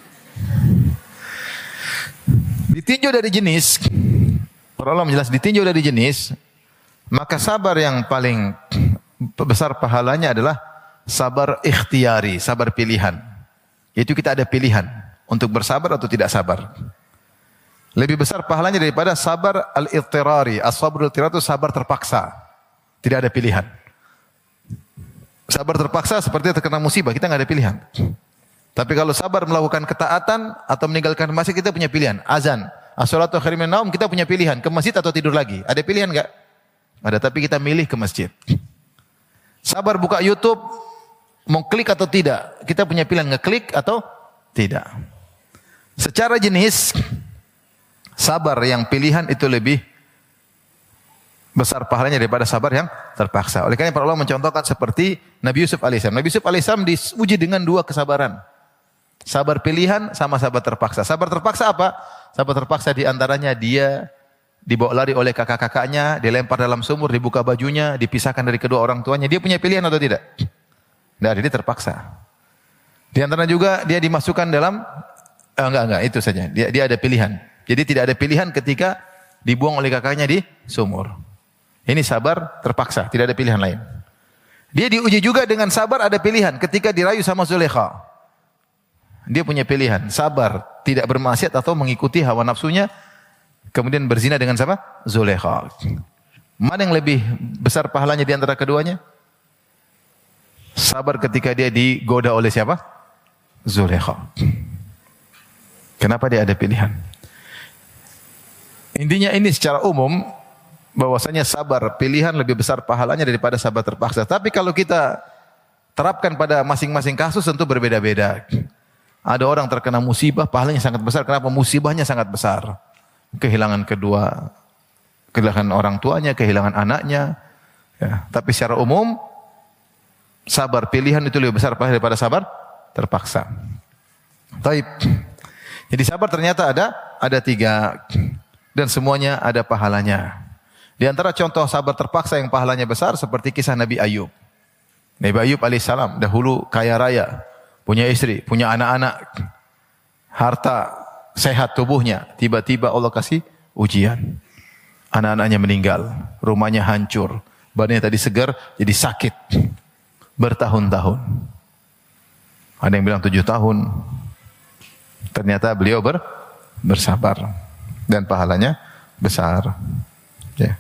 Ditinjau dari jenis, para ulama menjelaskan ditinjau dari jenis, maka sabar yang paling besar pahalanya adalah sabar ikhtiyari, sabar pilihan. Yaitu kita ada pilihan untuk bersabar atau tidak sabar. Lebih besar pahalanya daripada sabar al-ittirari. As-sabrul ittirari itu sabar terpaksa. Tidak ada pilihan. Sabar terpaksa seperti terkena musibah, kita nggak ada pilihan. Tapi kalau sabar melakukan ketaatan atau meninggalkan maksiat, kita punya pilihan. Azan, as-salatu khairum minan naum, kita punya pilihan ke masjid atau tidur lagi. Ada pilihan enggak? Ada, tapi kita milih ke masjid. Sabar buka YouTube, mau klik atau tidak, kita punya pilihan ngeklik atau tidak. Secara jenis, sabar yang pilihan itu lebih besar pahalanya daripada sabar yang terpaksa. Oleh karena para ulama mencontohkan seperti Nabi Yusuf alaihissalam. Nabi Yusuf alaihissalam diuji dengan dua kesabaran. Sabar pilihan sama sabar terpaksa. Sabar terpaksa apa? Sabar terpaksa diantaranya dia dibawa lari oleh kakak-kakaknya, dilempar dalam sumur, dibuka bajunya, dipisahkan dari kedua orang tuanya. Dia punya pilihan atau tidak? Tidak, dia terpaksa. Di antara juga dia dimasukkan dalam, eh, enggak, enggak, itu saja. Dia, dia ada pilihan. Jadi tidak ada pilihan ketika dibuang oleh kakaknya di sumur. Ini sabar terpaksa, tidak ada pilihan lain. Dia diuji juga dengan sabar ada pilihan ketika dirayu sama Zulekha. Dia punya pilihan, sabar tidak bermaksiat atau mengikuti hawa nafsunya, kemudian berzina dengan siapa? Zulekha. Mana yang lebih besar pahalanya di antara keduanya? Sabar ketika dia digoda oleh siapa? Zulekha. Kenapa dia ada pilihan? Intinya ini secara umum bahwasanya sabar pilihan lebih besar pahalanya daripada sabar terpaksa. Tapi kalau kita terapkan pada masing-masing kasus tentu berbeda-beda. Ada orang terkena musibah pahalanya sangat besar. Kenapa? Musibahnya sangat besar. Kehilangan kedua, kehilangan orang tuanya, kehilangan anaknya. Ya. Tapi secara umum sabar pilihan itu lebih besar pahalanya daripada sabar terpaksa. Taib. Jadi sabar ternyata ada ada tiga. Dan semuanya ada pahalanya. Di antara contoh sabar terpaksa yang pahalanya besar seperti kisah Nabi Ayub. Nabi Ayub alaihissalam dahulu kaya raya, punya istri, punya anak-anak, harta, sehat tubuhnya. Tiba-tiba Allah kasih ujian. Anak-anaknya meninggal, rumahnya hancur, badannya tadi segar jadi sakit bertahun-tahun. Ada yang bilang tujuh tahun. Ternyata beliau ber, bersabar. Dan pahalanya besar. Ya.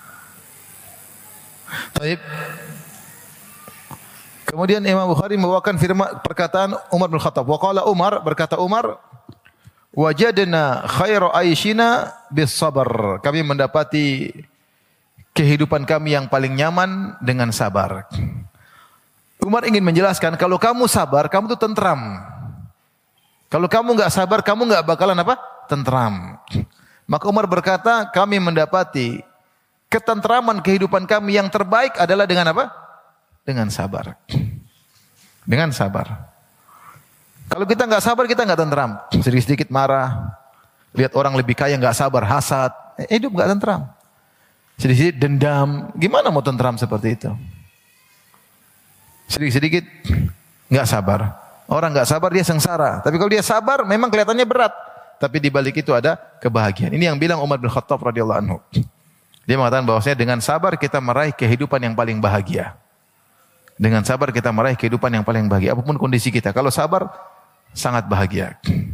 Taib. Kemudian Imam Bukhari membawakan firman perkataan Umar bin Khattab. Wa qala Umar, berkata Umar, wajadna khairu aishina bis sabar. Kami mendapati kehidupan kami yang paling nyaman dengan sabar. Umar ingin menjelaskan kalau kamu sabar, kamu tuh tentram. Kalau kamu enggak sabar, kamu enggak bakalan apa? Tentram. Maka Umar berkata, kami mendapati ketentraman kehidupan kami yang terbaik adalah dengan apa? Dengan sabar. Dengan sabar. Kalau kita enggak sabar, kita enggak tentram. Sedikit-sedikit marah. Lihat orang lebih kaya enggak sabar, hasad. Hidup enggak tentram. Sedikit-sedikit dendam. Gimana mau tentram seperti itu? Sedikit-sedikit enggak sabar. Orang enggak sabar dia sengsara. Tapi kalau dia sabar memang kelihatannya berat. Tapi di balik itu ada kebahagiaan. Ini yang bilang Umar bin Khattab radhiyallahu anhu. Dia mengatakan bahwasanya dengan sabar kita meraih kehidupan yang paling bahagia. Dengan sabar kita meraih kehidupan yang paling bahagia. Apapun kondisi kita. Kalau sabar sangat bahagia.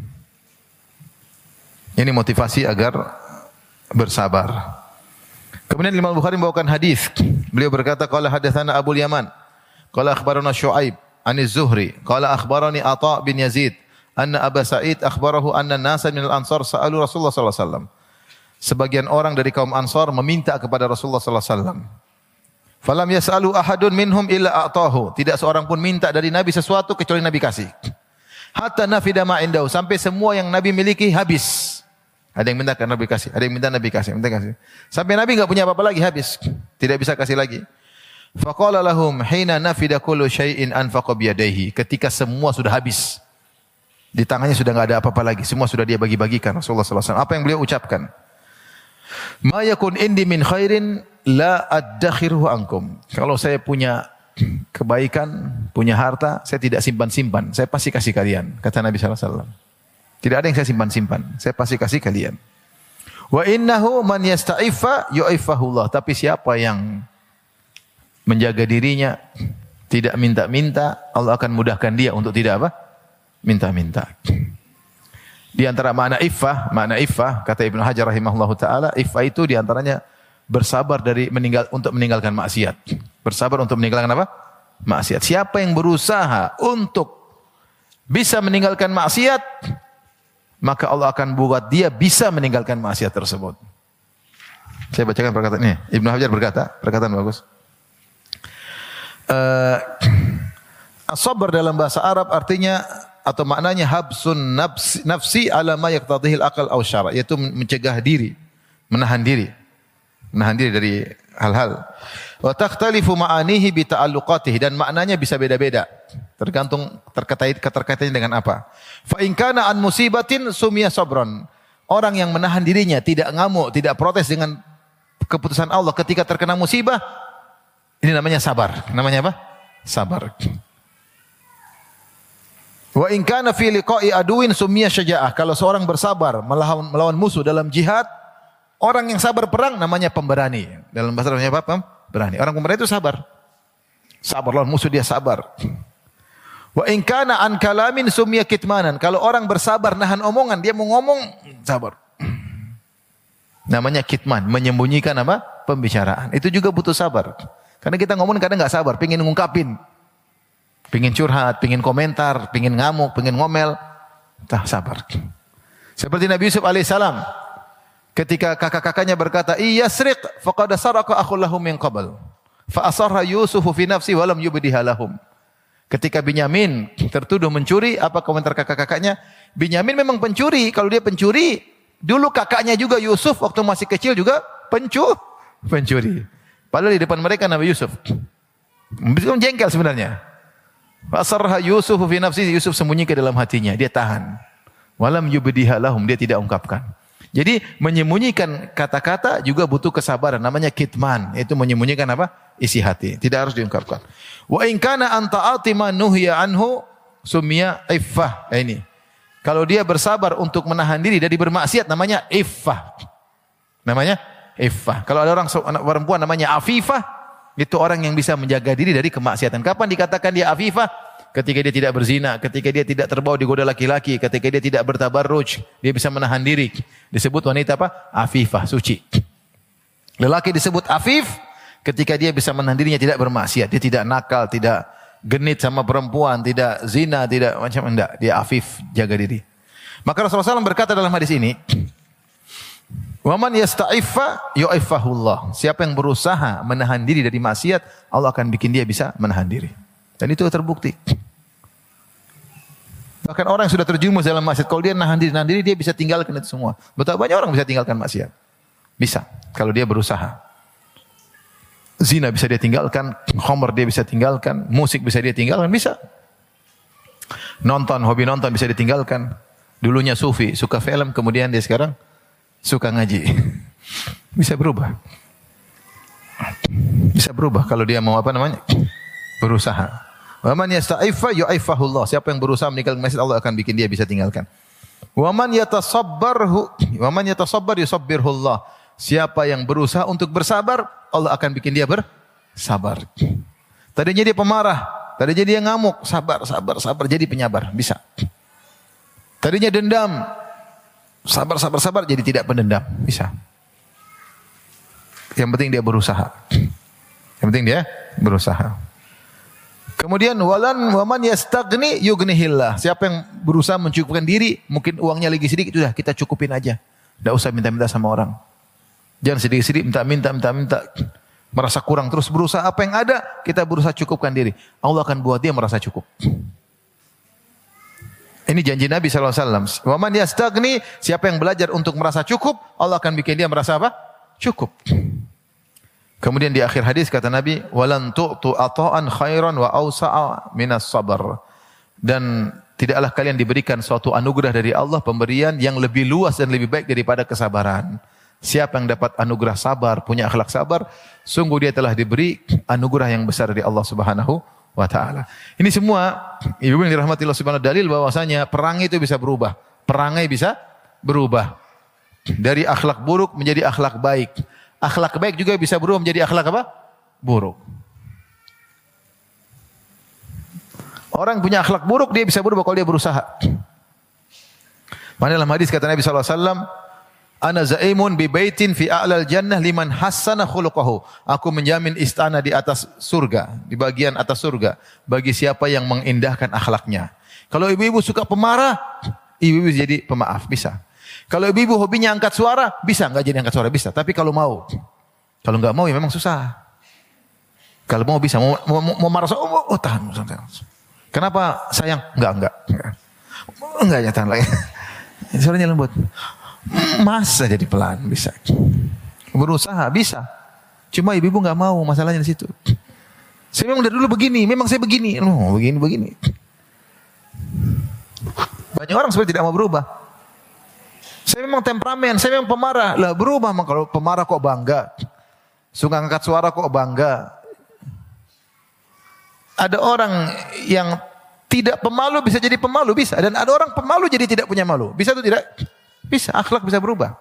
Ini motivasi agar bersabar. Kemudian Imam Bukhari membawakan hadis. Beliau berkata, qala hadatsana Abu Yaman, qala akhbarana Syuaib an Az-Zuhri, qala akhbarani Atha bin Yazid, anna Aba Sa'id akhbarahu anna nasan minal ansar sa'alu Rasulullah sallallahu alaihi wasallam. Sebagian orang dari kaum Ansar meminta kepada Rasulullah sallallahu alaihi wasallam. Falam yas'alu ahadun minhum illa a'tahu. Tidak seorang pun minta dari Nabi sesuatu kecuali Nabi kasih. Hatta nafida ma indahu, sampai semua yang Nabi miliki habis. Ada yang minta ke Nabi kasih, ada yang minta Nabi kasih, minta kasih. Sampai Nabi enggak punya apa-apa lagi, habis. Tidak bisa kasih lagi. Faqala lahum hina nafida kullu syai'in anfaqa biyadayhi. Ketika semua sudah habis. Di tangannya sudah enggak ada apa-apa lagi, semua sudah dia bagi-bagikan Rasulullah sallallahu alaihi wasallam. Apa yang beliau ucapkan? Ma yakun indi min khairin la addakhiruhu ankum. Kalau saya punya kebaikan, punya harta, saya tidak simpan-simpan. Saya pasti kasih kalian, kata Nabi sallallahu alaihi wasallam. Tidak ada yang saya simpan-simpan. Saya pasti kasih kalian. Wa innahu man yasta'iffa yu'iffahullah. Tapi siapa yang menjaga dirinya, tidak minta-minta, Allah akan mudahkan dia untuk tidak apa? Minta-minta. Di antara makna iffah, makna iffah, kata Ibnu Hajar rahimahullahu taala, iffah itu di antaranya bersabar dari meninggal untuk meninggalkan maksiat. Bersabar untuk meninggalkan apa? Maksiat. Siapa yang berusaha untuk bisa meninggalkan maksiat, maka Allah akan buat dia bisa meninggalkan maksiat tersebut. Saya bacakan perkataan ini. Ibnu Hajar berkata, perkataan bagus. Uh, as-sabr dalam bahasa Arab artinya atau maknanya habsun nafsi, nafsi ala ma yaqtadihil aqal aw syara', yaitu mencegah diri, menahan diri. Menahan diri dari hal-hal. Wa takhtalifu ma'anihi bi ta'alluqatihi, dan maknanya bisa beda-beda, tergantung terkait keterkaitannya dengan apa. Fa in kana an musibatin sumiya sabran. Orang yang menahan dirinya, tidak ngamuk, tidak protes dengan keputusan Allah ketika terkena musibah, ini namanya sabar. Namanya apa? Sabar. Wa in kana fi liqa'i aduwin sumiya syaja'ah. Kalau seorang bersabar melawan, melawan musuh dalam jihad, orang yang sabar perang namanya pemberani. Dalam bahasa Arabnya apa? Pemberani. Orang pemberani itu sabar. Sabar lawan musuh, dia sabar. Wa in kana an kalamin sumiya kitmanan. Kalau orang bersabar nahan omongan, dia mau ngomong sabar. Namanya kitman, menyembunyikan apa? Pembicaraan. Itu juga butuh sabar. Karena kita ngomong kadang enggak sabar, pengin ngungkapin. Pengin curhat, pengin komentar, pengin ngamuk, pengin ngomel. Tak sabar. Seperti Nabi Yusuf alaihissalam. Ketika kakak-kakaknya berkata, "Iyasriq faqad saraka akhul lahum min qabl." Fa asarra Yusuf fi nafsi wa lam yubdiha lahum. Ketika Binyamin tertuduh mencuri, apa komentar kakak-kakaknya? Binyamin memang pencuri. Kalau dia pencuri, dulu kakaknya juga Yusuf waktu masih kecil juga pencu, pencuri. Padahal di depan mereka Nabi Yusuf. Meskipun jengkel sebenarnya. Fa asarra Yusuf fi nafsi, Yusuf sembunyi ke dalam hatinya, dia tahan. Wa lam yubdiha lahum, dia tidak ungkapkan. Jadi menyembunyikan kata-kata juga butuh kesabaran, namanya kitman, yaitu menyembunyikan apa? Isi hati, tidak harus diungkapkan. Wa in kana an ta'ati ma nuhiya anhu sumiya iffah. Nah, ini. Kalau dia bersabar untuk menahan diri dari bermaksiat namanya iffah. Namanya iffah. Kalau ada orang anak perempuan namanya afifah, itu orang yang bisa menjaga diri dari kemaksiatan. Kapan dikatakan dia afifah? Ketika dia tidak berzina, ketika dia tidak terbawa digoda laki-laki, ketika dia tidak bertabarruj, dia bisa menahan diri. Disebut wanita apa? Afifah, suci. Lelaki disebut afif ketika dia bisa menahan dirinya tidak bermaksiat, dia tidak nakal, tidak genit sama perempuan, tidak zina, tidak macam enggak, dia afif, jaga diri. Maka Rasulullah shallallahu alaihi wasallam berkata dalam hadis ini, "Wa man yasta'iffa yu'iffahullah." Siapa yang berusaha menahan diri dari maksiat, Allah akan bikin dia bisa menahan diri. Dan itu terbukti. Bahkan orang yang sudah terjumus dalam maksiat, kalau dia nahan diri, nahan diri, dia bisa tinggalkan itu semua. Betapa banyak orang bisa tinggalkan maksiat. Bisa, kalau dia berusaha. Zina bisa dia tinggalkan, khamr dia bisa tinggalkan, musik bisa dia tinggalkan, bisa. Nonton, hobi nonton bisa ditinggalkan. Dulunya sufi, suka film, kemudian dia sekarang suka ngaji. Bisa berubah. Bisa berubah kalau dia mau apa namanya? Berusaha. Wa man yasta'iffa yu'iffahullah. Siapa yang berusaha meninggalkan maksiat, Allah akan bikin dia bisa tinggalkan. Wa man yatasabbarhu wa man yatasabbar yusabbirhullah. Siapa yang berusaha untuk bersabar, Allah akan bikin dia bersabar. Tadinya dia pemarah, tadinya dia ngamuk, sabar, sabar, sabar, jadi penyabar, bisa. Tadinya dendam, sabar, sabar, sabar, jadi tidak pendendam, bisa. Yang penting dia berusaha. Yang penting dia berusaha. Kemudian walan waman yastagni yughnihillah. Siapa yang berusaha mencukupkan diri, mungkin uangnya lagi sedikit, sudah kita cukupin aja. Enggak usah minta-minta sama orang. Jangan sedikit-sedikit minta-minta minta-minta merasa kurang, terus berusaha apa yang ada, kita berusaha cukupkan diri. Allah akan buat dia merasa cukup. Ini janji Nabi sallallahu alaihi wasallam. Waman yastagni, siapa yang belajar untuk merasa cukup, Allah akan bikin dia merasa apa? Cukup. Kemudian di akhir hadis kata Nabi, walan tu'tu ata'an khairan wa awsa'a minas sabar. Dan tidaklah kalian diberikan suatu anugerah dari Allah, pemberian yang lebih luas dan lebih baik daripada kesabaran. Siapa yang dapat anugerah sabar, punya akhlak sabar, sungguh dia telah diberi anugerah yang besar dari Allah Subhanahu wa taala. Ini semua ibu yang dirahmati Allah Subhanahu wa taala, dalil bahwasanya perang itu bisa berubah. Perangai bisa berubah. Dari akhlak buruk menjadi akhlak baik. Akhlak baik juga bisa berubah menjadi akhlak apa? Buruk. Orang punya akhlak buruk, dia bisa berubah kalau dia berusaha. Mana dalam hadis kata Nabi sallallahu alaihi wasallam, ana zaimun bi baitin fi a'lal jannah liman hassana khuluquhu. Aku menjamin istana di atas surga, di bagian atas surga, bagi siapa yang mengindahkan akhlaknya. Kalau ibu-ibu suka pemarah, ibu-ibu jadi pemaaf, bisa. Kalau ibu-ibu hobinya angkat suara, bisa enggak jadi angkat suara, bisa. Tapi kalau mau, kalau enggak mau ya memang susah. Kalau mau bisa, mau, mau, mau marah, oh, oh tahan. Kenapa sayang? Enggak, enggak. Enggak ya tahan lagi. Suaranya lembut. Masa jadi pelan, bisa. Berusaha, bisa. Cuma ibu-ibu enggak mau, masalahnya di situ. Saya memang dari dulu begini, memang saya begini. Oh, begini, begini. Banyak orang sebenarnya tidak mau berubah. Saya memang temperamen, saya memang pemarah. Lah berubah, kalau pemarah kok bangga. Suka angkat suara kok bangga. Ada orang yang tidak pemalu bisa jadi pemalu, bisa. Dan ada orang pemalu jadi tidak punya malu. Bisa atau tidak? Bisa, akhlak bisa berubah.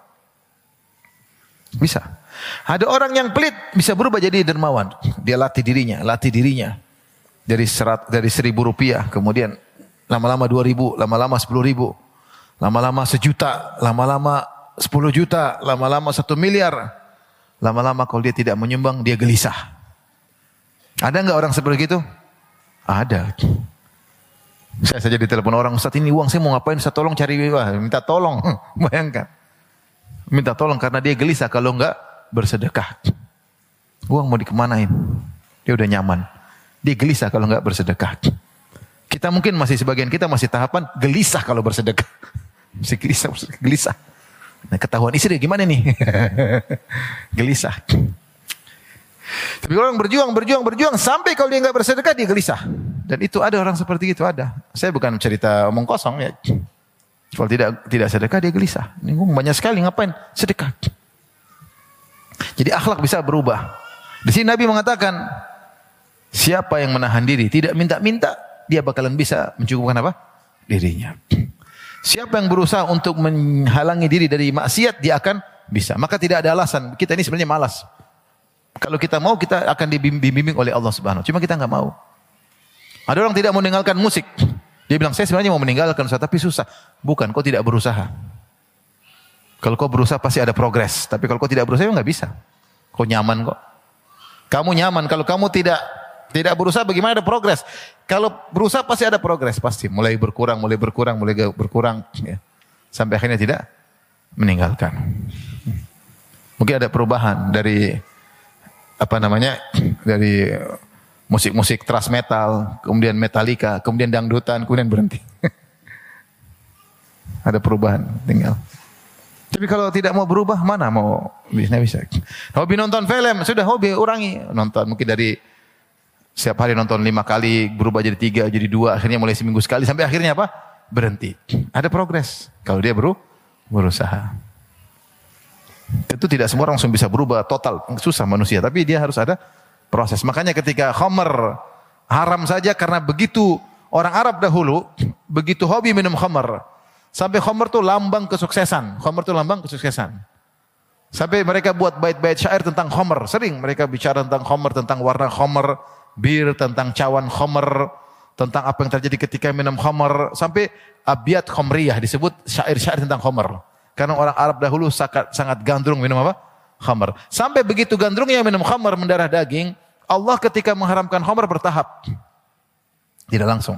Bisa. Ada orang yang pelit bisa berubah jadi dermawan. Dia latih dirinya, latih dirinya. Dari serat, dari seribu rupiah, kemudian lama-lama dua ribu, lama-lama sepuluh ribu. Lama-lama sejuta, lama-lama sepuluh juta, lama-lama satu miliar. Lama-lama kalau dia tidak menyumbang, dia gelisah. Ada enggak orang seperti itu? Ada. Saya saja ditelepon orang, Ustaz ini uang saya mau ngapain? Ustaz tolong cari, wah, minta tolong. Bayangkan. Minta tolong karena dia gelisah kalau enggak bersedekah. Uang mau dikemanain? Dia udah nyaman. Dia gelisah kalau enggak bersedekah. Kita mungkin masih, sebagian kita masih tahapan gelisah kalau bersedekah. Masih gelisah, gelisah. Nah, ketahuan istri gimana nih? Gelisah. Tapi orang berjuang, berjuang, berjuang sampai kalau dia enggak bersedekah dia gelisah. Dan itu ada orang seperti itu, ada. Saya bukan cerita omong kosong ya. Kalau tidak tidak sedekah dia gelisah. Ini banyak sekali ngapain? Sedekah. Jadi akhlak bisa berubah. Di sini Nabi mengatakan, siapa yang menahan diri, tidak minta-minta, dia bakalan bisa mencukupkan apa? Dirinya. Siapa yang berusaha untuk menghalangi diri dari maksiat, dia akan bisa. Maka tidak ada alasan. Kita ini sebenarnya malas. Kalau kita mau, kita akan dibimbing oleh Allah Subhanahu. Cuma kita enggak mau. Ada orang tidak mau meninggalkan musik. Dia bilang, saya sebenarnya mau meninggalkan, tapi susah. Bukan, kau tidak berusaha. Kalau kau berusaha pasti ada progres. Tapi kalau kau tidak berusaha, enggak bisa. Kau nyaman kok. Kamu nyaman. Kalau kamu tidak tidak berusaha, bagaimana ada progres? Kalau berusaha pasti ada progres. Pasti mulai berkurang, mulai berkurang, mulai berkurang. Ya. Sampai akhirnya tidak meninggalkan. Mungkin ada perubahan dari apa namanya, dari musik-musik thrash metal, kemudian Metallica, kemudian dangdutan, kemudian berhenti. Ada perubahan, tinggal. Tapi kalau tidak mau berubah, mana mau bisa bisa. Hobi nonton film, sudah hobi urangi. Nonton mungkin dari setiap hari nonton lima kali, berubah jadi tiga, jadi dua, akhirnya mulai seminggu sekali, sampai akhirnya apa? Berhenti. Ada progres. Kalau dia beru, berusaha. Tentu tidak semua orang langsung bisa berubah total, susah manusia, tapi dia harus ada proses. Makanya ketika khamar haram saja karena begitu orang Arab dahulu begitu hobi minum khamar. Sampai khamar itu lambang kesuksesan. Khamar itu lambang kesuksesan. Sampai mereka buat bait-bait syair tentang khamar. Sering mereka bicara tentang khamar, tentang warna khamar, bir, tentang cawan khamar, tentang apa yang terjadi ketika minum khamar. Sampai abiyat khamriyah disebut syair-syair tentang khamar. Karena orang Arab dahulu sangat, sangat gandrung minum apa? Khamar. Sampai begitu gandrungnya minum khamar, mendarah daging, Allah ketika mengharamkan khamar bertahap. Tidak langsung.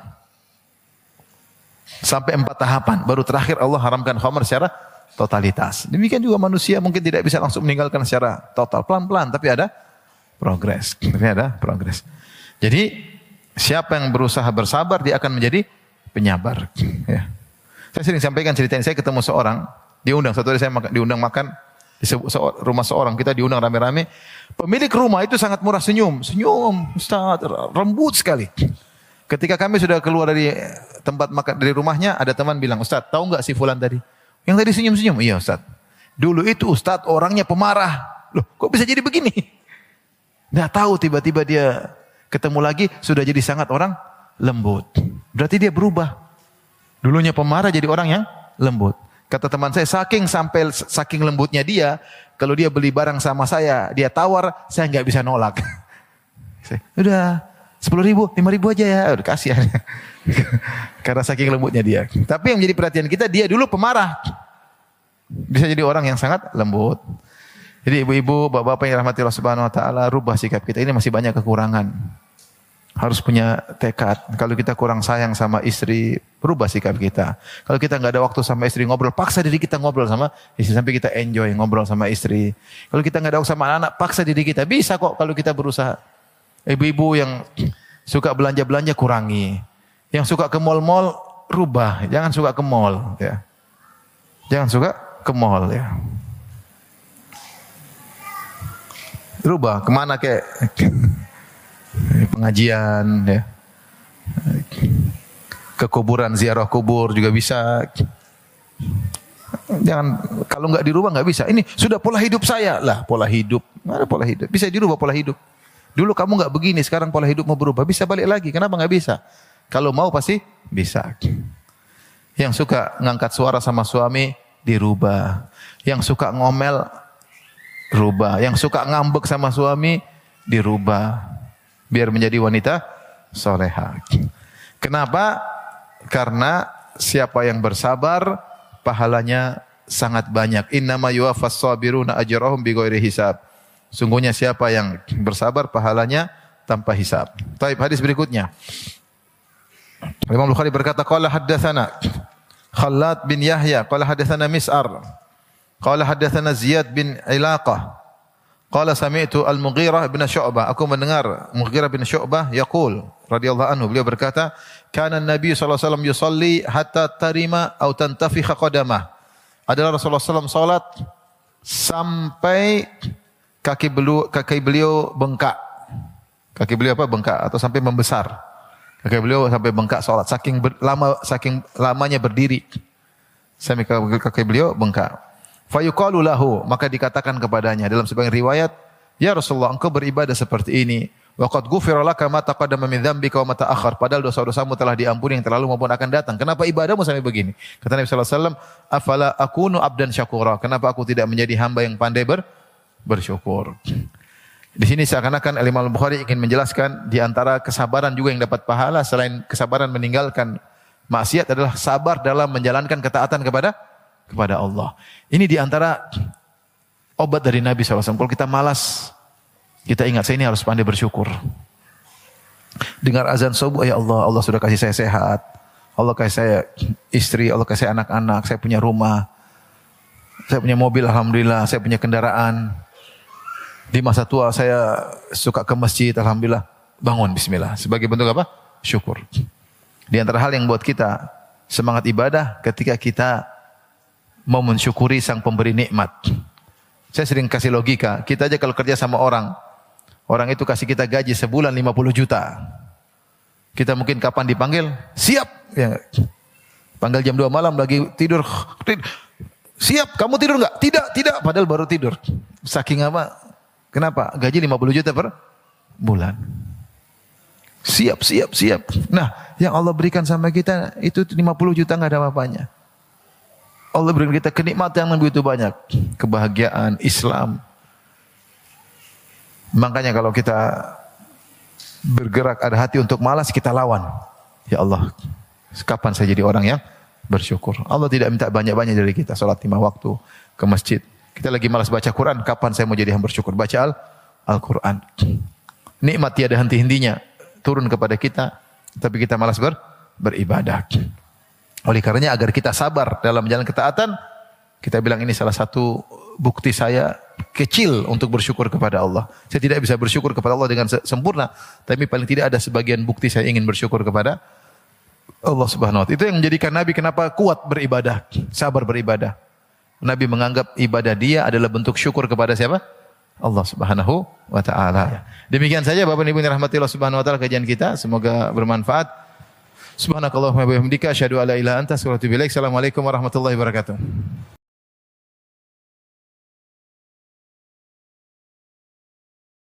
Sampai empat tahapan. Baru terakhir Allah haramkan khamar secara totalitas. Demikian juga manusia mungkin tidak bisa langsung meninggalkan secara total. Pelan-pelan, tapi ada progres. Tapi ada progres. Jadi, siapa yang berusaha bersabar, dia akan menjadi penyabar. Ya. Saya sering sampaikan cerita ini. Saya ketemu seorang, diundang. Satu hari saya makan, diundang makan di rumah seorang, kita diundang rame-rame. Pemilik rumah itu sangat murah senyum, senyum, Ustaz, rembut sekali. Ketika kami sudah keluar dari tempat makan dari rumahnya, ada teman bilang, Ustaz, tahu nggak si fulan tadi? Yang tadi senyum-senyum? Iya Ustaz. Dulu itu Ustaz orangnya pemarah. Loh, kok bisa jadi begini? Nggak tahu, tiba-tiba dia ketemu lagi sudah jadi sangat orang lembut. Berarti dia berubah. Dulunya pemarah jadi orang yang lembut. Kata teman saya, saking sampai saking lembutnya dia, kalau dia beli barang sama saya, dia tawar, saya nggak bisa nolak. Saya, udah sepuluh ribu, lima ribu aja ya, udah kasih ya. Karena saking lembutnya dia. Tapi yang menjadi perhatian kita, dia dulu pemarah, bisa jadi orang yang sangat lembut. Jadi ibu-ibu, bapak-bapak yang rahmati Allah Subhanahu Wa Taala, rubah sikap kita. Ini masih banyak kekurangan. Harus punya tekad. Kalau kita kurang sayang sama istri, berubah sikap kita. Kalau kita nggak ada waktu sama istri ngobrol, paksa diri kita ngobrol sama istri sampai kita enjoy ngobrol sama istri. Kalau kita nggak ada waktu sama anak-anak, paksa diri kita. Bisa kok kalau kita berusaha. Ibu-ibu yang suka belanja-belanja kurangi. Yang suka ke mall-mall rubah. Jangan suka ke mall. Ya. Jangan suka ke mall. Ya. Rubah kemana kayak pengajian, ya. Ke kuburan, ziarah kubur juga bisa. Jangan, kalau nggak dirubah nggak bisa. Ini sudah pola hidup saya lah, pola hidup. Mana pola hidup? Bisa dirubah pola hidup. Dulu kamu nggak begini, sekarang pola hidup mau berubah. Bisa balik lagi. Kenapa nggak bisa? Kalau mau pasti bisa. Yang suka ngangkat suara sama suami dirubah. Yang suka ngomel rubah. Yang suka ngambek sama suami dirubah. Biar menjadi wanita soleha. Kenapa? Karena siapa yang bersabar, pahalanya sangat banyak. Innama yuwaffas sabiruna ajrahum bighairi hisab. Sungguhnya siapa yang bersabar, pahalanya tanpa hisab. Baik, hadis berikutnya. Imam Bukhari berkata, qala haddatsana Khalad bin Yahya, qala haddatsana Mis'ar, qala haddatsana Ziyad bin Ilaqah. Qala sami'tu Al-Mughirah bin Syu'bah, aku mendengar Mughirah bin Syu'bah yaqul radhiyallahu anhu, beliau berkata, kana Nabi sallallahu alaihi wasallam yusalli hatta tarima aw tantafikha qadamah. Adalah Rasulullah sallallahu alaihi wasallam salat sampai kaki beliau kaki beliau bengkak. Kaki beliau apa? Bengkak atau sampai membesar. Kaki beliau sampai bengkak salat, saking ber, lama saking lamanya berdiri. Sampai kaki beliau bengkak. Fayuqalu lahu, maka dikatakan kepadanya dalam sebagian riwayat, ya Rasulullah, engkau beribadah seperti ini, wa qad ghufira laka ma taqaddama min dzambika wa ma ta'akhkhar, padahal dosa-dosamu telah diampuni yang terlalu maupun akan datang. Kenapa ibadahmu sampai begini? Kata Nabi sallallahu alaihi wasallam, afala akunu abdan syakura, kenapa aku tidak menjadi hamba yang pandai ber, bersyukur? Di sini seakan-akan Imam Al-Bukhari ingin menjelaskan di antara kesabaran juga yang dapat pahala selain kesabaran meninggalkan maksiat adalah sabar dalam menjalankan ketaatan kepada kepada Allah. Ini di antara obat dari Nabi shallallahu alaihi wasallam. Kalau kita malas, kita ingat, saya ini harus pandai bersyukur. Dengar azan subuh, ya Allah, Allah sudah kasih saya sehat. Allah kasih saya istri, Allah kasih saya anak-anak, saya punya rumah. Saya punya mobil, alhamdulillah, saya punya kendaraan. Di masa tua saya suka ke masjid, alhamdulillah. Bangun, bismillah. Sebagai bentuk apa? Syukur. Di antara hal yang buat kita semangat ibadah ketika kita mau mensyukuri sang pemberi nikmat. Saya sering kasih logika, kita aja kalau kerja sama orang, orang itu kasih kita gaji sebulan lima puluh juta. Kita mungkin kapan dipanggil? Siap. Ya. Panggil jam dua malam lagi tidur. Siap, kamu tidur enggak? Tidak, tidak, padahal baru tidur. Saking apa? Kenapa? Gaji lima puluh juta per bulan. Siap, siap, siap. Nah, yang Allah berikan sama kita itu lima puluh juta enggak ada apa-apanya. Allah berikan kita kenikmatan yang begitu banyak. Kebahagiaan, Islam. Makanya kalau kita bergerak, ada hati untuk malas, kita lawan. Ya Allah, kapan saya jadi orang yang bersyukur? Allah tidak minta banyak-banyak dari kita. Salat lima waktu, ke masjid. Kita lagi malas baca Quran, kapan saya mau jadi yang bersyukur? Baca Al- Al-Quran. Nikmat tiada henti-hentinya turun kepada kita. tapi kita malas ber, beribadah. Oleh karenanya agar kita sabar dalam menjalankan ketaatan, kita bilang ini salah satu bukti saya kecil untuk bersyukur kepada Allah. Saya tidak bisa bersyukur kepada Allah dengan sempurna, tapi paling tidak ada sebagian bukti saya ingin bersyukur kepada Allah Subhanahu wa taala. Itu yang menjadikan Nabi kenapa kuat beribadah, sabar beribadah. Nabi menganggap ibadah dia adalah bentuk syukur kepada siapa? Allah Subhanahu wa taala. Demikian saja Bapak Ibu yang dirahmati Allah Subhanahu wa taala kajian kita, semoga bermanfaat. Subhanakallahumma wa bihamdika asyhadu an la ilaha illa anta astaghfiruka wa atubu ilaik. Assalamualaikum warahmatullahi wabarakatuh.